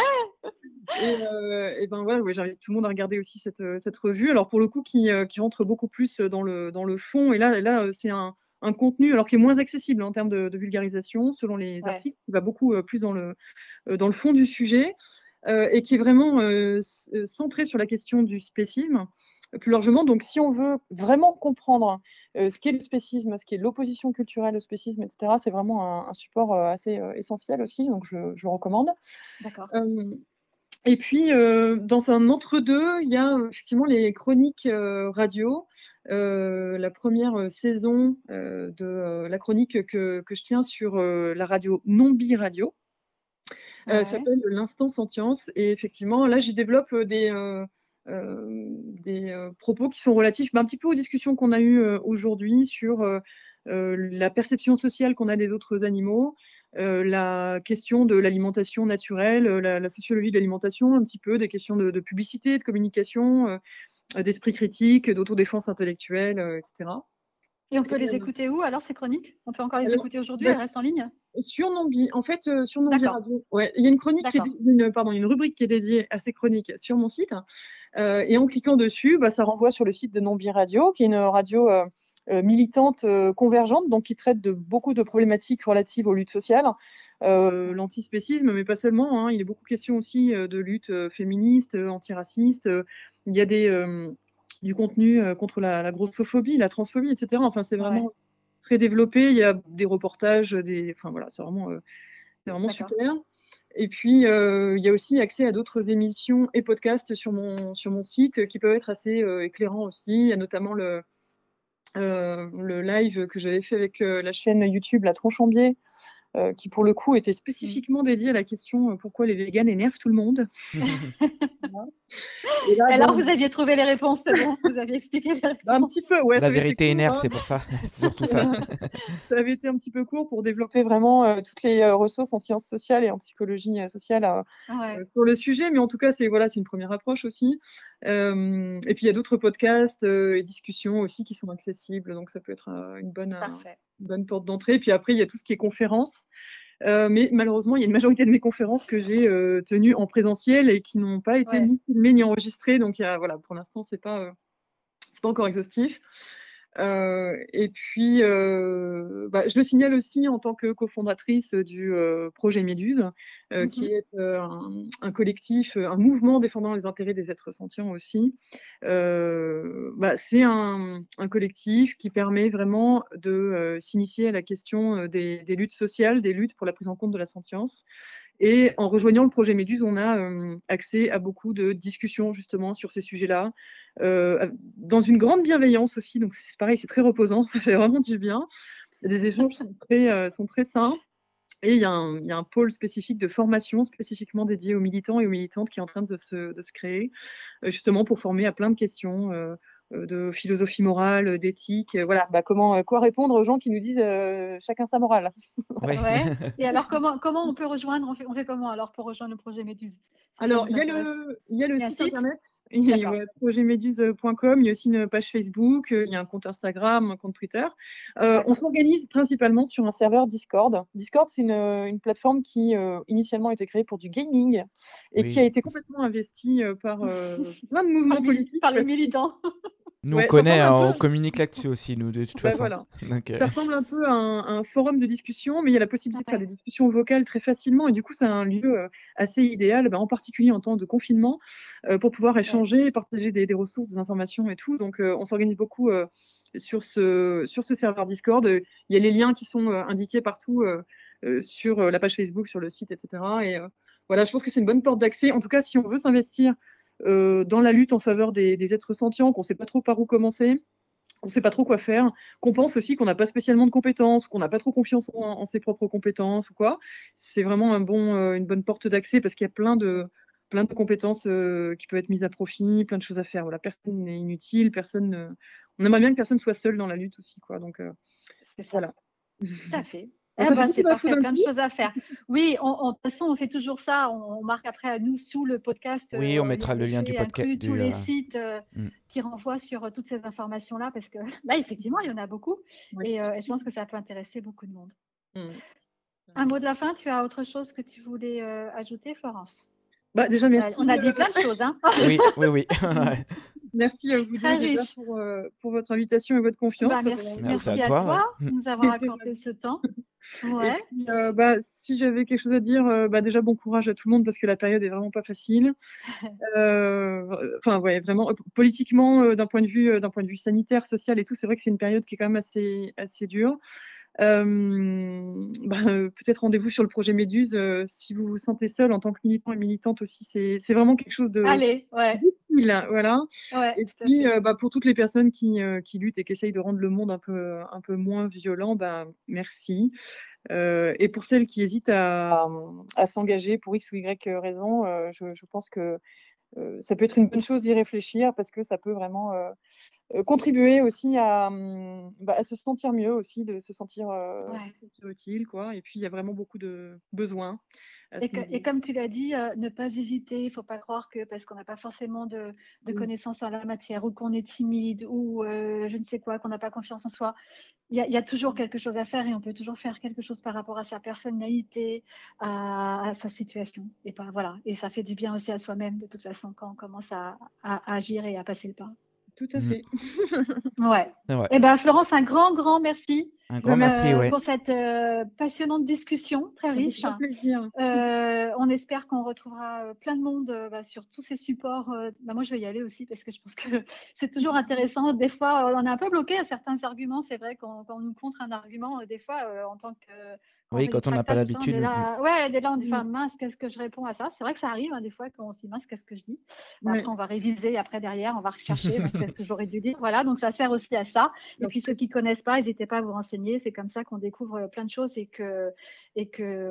Et, euh, et ben voilà, ouais, j'invite tout le monde à regarder aussi cette, cette revue. Alors pour le coup, qui, euh, qui rentre beaucoup plus dans le, dans le fond. Et là, là c'est un, un contenu, alors qui est moins accessible en termes de, de vulgarisation, selon les Ouais. articles, qui va beaucoup euh, plus dans le, euh, dans le fond du sujet, euh, et qui est vraiment euh, centré sur la question du spécisme, plus largement. Donc, si on veut vraiment comprendre euh, ce qu'est le spécisme, ce qu'est l'opposition culturelle au spécisme, et cetera, c'est vraiment un, un support euh, assez euh, essentiel aussi, donc je, je le recommande. D'accord. Euh, et puis, euh, dans un entre-deux, il y a effectivement les chroniques euh, radio. Euh, la première saison euh, de euh, la chronique que, que je tiens sur euh, la radio Non-Bi Radio euh, Ouais. s'appelle l'Instant Sentience. Et effectivement, là, j'y développe des... Euh, Euh, des euh, propos qui sont relatifs bah, un petit peu aux discussions qu'on a eues euh, aujourd'hui sur euh, euh, la perception sociale qu'on a des autres animaux, euh, la question de l'alimentation naturelle, la, la sociologie de l'alimentation, un petit peu des questions de, de publicité, de communication, euh, d'esprit critique, d'autodéfense intellectuelle, euh, et cetera. Et on peut Et, les euh, écouter où alors ces chroniques? On peut encore les alors, écouter aujourd'hui? bah, Elles restent en ligne? sur Nambi, en fait, euh, sur Nambi D'accord. Radio, ouais, il y a une chronique qui est D'accord. dé- une, pardon, une rubrique qui est dédiée à ces chroniques sur mon site. Euh, et en cliquant dessus, bah, ça renvoie sur le site de Nambi Radio, qui est une radio euh, euh, militante euh, convergente, donc qui traite de beaucoup de problématiques relatives aux luttes sociales, euh, l'antispécisme, mais pas seulement. Hein, il est beaucoup question aussi euh, de lutte euh, féministe, euh, antiraciste. Euh, il y a des euh, du contenu euh, contre la, la grossophobie, la transphobie, et cetera. Enfin, c'est vraiment Ouais. très développé. Il y a des reportages, des, enfin voilà, c'est vraiment, euh, c'est vraiment D'accord. super. Et puis, euh, il y a aussi accès à d'autres émissions et podcasts sur mon, sur mon site qui peuvent être assez euh, éclairants aussi. Il y a notamment le, euh, le live que j'avais fait avec euh, la chaîne YouTube La Tronche en Biais, euh, qui pour le coup était spécifiquement dédié à la question euh, pourquoi les véganes énervent tout le monde. Voilà. Et là, Alors, bon, vous aviez trouvé les réponses, c'est bon, vous aviez expliqué les réponses. bah, un petit peu, ouais. La ça avait été vérité court, énerve, hein. c'est pour ça. C'est surtout ça. Ça avait été un petit peu court pour développer vraiment euh, toutes les euh, ressources en sciences sociales et en psychologie euh, sociale euh, Ouais. euh, sur le sujet, mais en tout cas, c'est voilà, c'est une première approche aussi. Euh, et puis il y a d'autres podcasts euh, et discussions aussi qui sont accessibles, donc ça peut être euh, une bonne, euh, Parfait. une bonne porte d'entrée. Puis après, il y a tout ce qui est conférences. Euh, mais malheureusement, il y a une majorité de mes conférences que j'ai euh, tenues en présentiel et qui n'ont pas été Ouais. ni filmées ni enregistrées. Donc il y a, voilà, pour l'instant, c'est pas, euh, c'est pas encore exhaustif. Euh, et puis, euh, bah, je le signale aussi en tant que cofondatrice du euh, projet Méduse, euh, Mhm. qui est euh, un, un collectif, un mouvement défendant les intérêts des êtres sentients aussi. Euh, bah, c'est un, un collectif qui permet vraiment de euh, s'initier à la question des, des luttes sociales, des luttes pour la prise en compte de la sentience. Et en rejoignant le projet Méduse, on a euh, accès à beaucoup de discussions justement sur ces sujets-là, euh, dans une grande bienveillance aussi. Donc c'est pareil, c'est très reposant, ça fait vraiment du bien. Les échanges sont très, euh, sont très sains. Et il y, a un, il y a un pôle spécifique de formation spécifiquement dédié aux militants et aux militantes qui est en train de se, de se créer, euh, justement pour former à plein de questions euh, de philosophie morale, d'éthique. Euh, voilà, bah, comment, euh, quoi répondre aux gens qui nous disent euh, chacun sa morale. Ouais. Ouais. Et alors, comment, comment on peut rejoindre? On fait, on fait comment alors pour rejoindre le projet Méduse? Si ça Alors, nous il y a intéresse. le, il y a le Il y a un site site? internet, il y a D'accord. ouais, projet méduse point com, il y a aussi une page Facebook, euh, il y a un compte Instagram, un compte Twitter. Euh, on D'accord. s'organise principalement sur un serveur Discord. Discord, c'est une, une plateforme qui euh, initialement a été créée pour du gaming et qui a Oui. été complètement investie euh, par euh, plein de Par mouvements les, mili- politiques. par les parce que- militants. Nous, on Ouais, ça connaît, ressemble un hein, on peu. communique là-dessus aussi, nous, de toute Ben façon. voilà. Donc, euh, Ça ressemble un peu à un, à un forum de discussion, mais il y a la possibilité de faire Ouais. des discussions vocales très facilement. Et du coup, c'est un lieu euh, assez idéal, ben, en particulier en temps de confinement, euh, pour pouvoir échanger, partager des, des ressources, des informations et tout. Donc, euh, on s'organise beaucoup euh, sur, ce, sur ce serveur Discord. Il y a les liens qui sont euh, indiqués partout euh, euh, sur euh, la page Facebook, sur le site, et cetera. Et euh, voilà, je pense que c'est une bonne porte d'accès. En tout cas, si on veut s'investir euh, dans la lutte en faveur des, des êtres sentients, qu'on ne sait pas trop par où commencer, qu'on ne sait pas trop quoi faire, qu'on pense aussi qu'on n'a pas spécialement de compétences, qu'on n'a pas trop confiance en, en ses propres compétences ou quoi, c'est vraiment un bon, euh, une bonne porte d'accès parce qu'il y a plein de, plein de compétences euh, qui peuvent être mises à profit, plein de choses à faire. Voilà, personne n'est inutile, personne. euh, On aimerait bien que personne soit seul dans la lutte aussi, quoi. Donc euh, C'est ça. voilà. Tout à fait. Bon, Eh ça fait ben, beaucoup c'est d'infos parfait, d'un plein de coup. choses à faire. Oui, on, on- de toute façon, on fait toujours ça. On, on marque après à nous sous le podcast. oui, on euh, il y a mettra en le lien du effet podcast. inclus tous Du, les euh, sites euh, mm. qui renvoient sur euh, toutes ces informations-là, parce que là, effectivement, il y en a beaucoup. Ouais. Et, euh, et je pense que ça peut intéresser beaucoup de monde. Mm. Un mot de la fin, tu as autre chose que tu voulais euh, ajouter, Florence? Bah, déjà, Euh, merci. On a dit euh, plein de choses, hein? Oui, oui, oui. Merci à vous Très deux déjà riche. pour, euh, pour votre invitation et votre confiance. Bah, Ça merci, fait- Merci à merci à toi, toi ouais. de nous avoir accordé ce temps. Et Ouais. puis, euh, bah, si j'avais quelque chose à dire, euh, bah, déjà bon courage à tout le monde parce que la période est vraiment pas facile. Euh, Enfin, ouais, vraiment euh, politiquement, euh, d'un point de vue, euh, d'un point de vue sanitaire, social et tout, c'est vrai que c'est une période qui est quand même assez, assez dure. Euh, bah, euh, peut-être rendez-vous sur le projet Méduse euh, si vous vous sentez seul en tant que militant et militante aussi. C'est, c'est vraiment quelque chose de Allez, ouais, utile, voilà. ouais, Et tout à puis, fait. euh, bah, pour toutes les personnes qui, euh, qui luttent et qui essayent de rendre le monde un peu, un peu moins violent, bah, merci. Euh, et pour celles qui hésitent à, à s'engager pour X ou Y raison, euh, je, je pense que euh, ça peut être une bonne chose d'y réfléchir parce que ça peut vraiment euh, euh, contribuer aussi à, hum, bah, à se sentir mieux aussi, de se sentir, euh, Ouais. sentir utile, quoi. Et puis, il y a vraiment beaucoup de besoins à Et, ce que- niveau. et comme tu l'as dit, euh, ne pas hésiter. Il ne faut pas croire que parce qu'on n'a pas forcément de, de Oui. connaissances en la matière ou qu'on est timide ou euh, je ne sais quoi, qu'on n'a pas confiance en soi, il y, a, il y a toujours quelque chose à faire et on peut toujours faire quelque chose par rapport à sa personnalité, à, à sa situation. Et, pas, voilà. Et ça fait du bien aussi à soi-même de toute façon quand on commence à, à agir et à passer le pas. Tout à Mhm. fait. Ouais. C'est vrai. Eh ben Florence, un grand, grand merci. Un grand de merci, me- ouais. pour cette euh, passionnante discussion très Avec riche. grand plaisir. Euh, on espère qu'on retrouvera euh, plein de monde euh, bah, sur tous ces supports. euh, bah, moi, je vais y aller aussi parce que je pense que c'est toujours intéressant. Des fois, euh, on est un peu bloqué à certains arguments. C'est vrai qu'on quand on nous contre un argument, euh, des fois, euh, en tant que quand Oui, on fait du quand on n'a pas tractage, tout ça, on l'habitude. est mm, là, ouais, on est là, on dit, Mm. enfin, mince, qu'est-ce que je réponds à ça? C'est vrai que ça arrive hein, des fois qu'on se dit mince, qu'est-ce que je dis? Bah, Ouais. après, on va réviser, après derrière, on va rechercher mince, qu'est-ce que j'aurais dû dire. Voilà, donc ça sert aussi à ça. Et puis ceux qui connaissent pas, n'hésitez pas à vous renseigner. C'est comme ça qu'on découvre euh, plein de choses et que et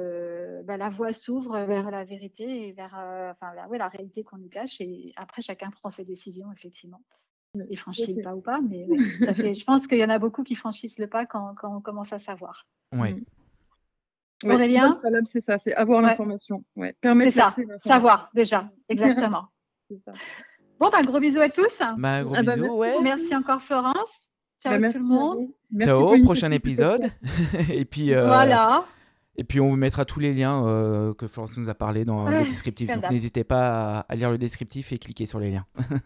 que bah, la voie s'ouvre vers la vérité et vers euh, enfin, la, ouais, la réalité qu'on nous cache. Et après, chacun prend ses décisions, effectivement. Il franchit le pas ou pas, mais ouais, ça fait, je pense qu'il y en a beaucoup qui franchissent le pas quand, quand on commence à savoir. Ouais. Mm. Ouais, Aurélien le préalable, c'est ça, c'est avoir Ouais. l'information. Ouais. C'est Permettre ça, l'accès à l'information. savoir déjà, exactement. C'est ça. Bon, bah, gros bisous à tous. Bah, gros Ah bah, bisous, merci ouais. beaucoup. Merci encore, Florence. Ciao Bah, tout merci le à monde. vous. Merci Ciao, pour prochain l'initiative de épisode. podcast. Et puis, euh, Voilà. et puis, on vous mettra tous les liens euh, que Florence nous a parlé dans le Ouais, descriptif. comme Donc, d'hab. n'hésitez pas à, à lire le descriptif et cliquer sur les liens.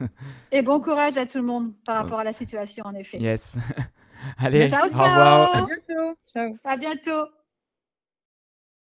Et bon courage à tout le monde par rapport à la situation, en effet. Yes. Allez, Ciao, au revoir. À ciao. bientôt. Ciao. À bientôt.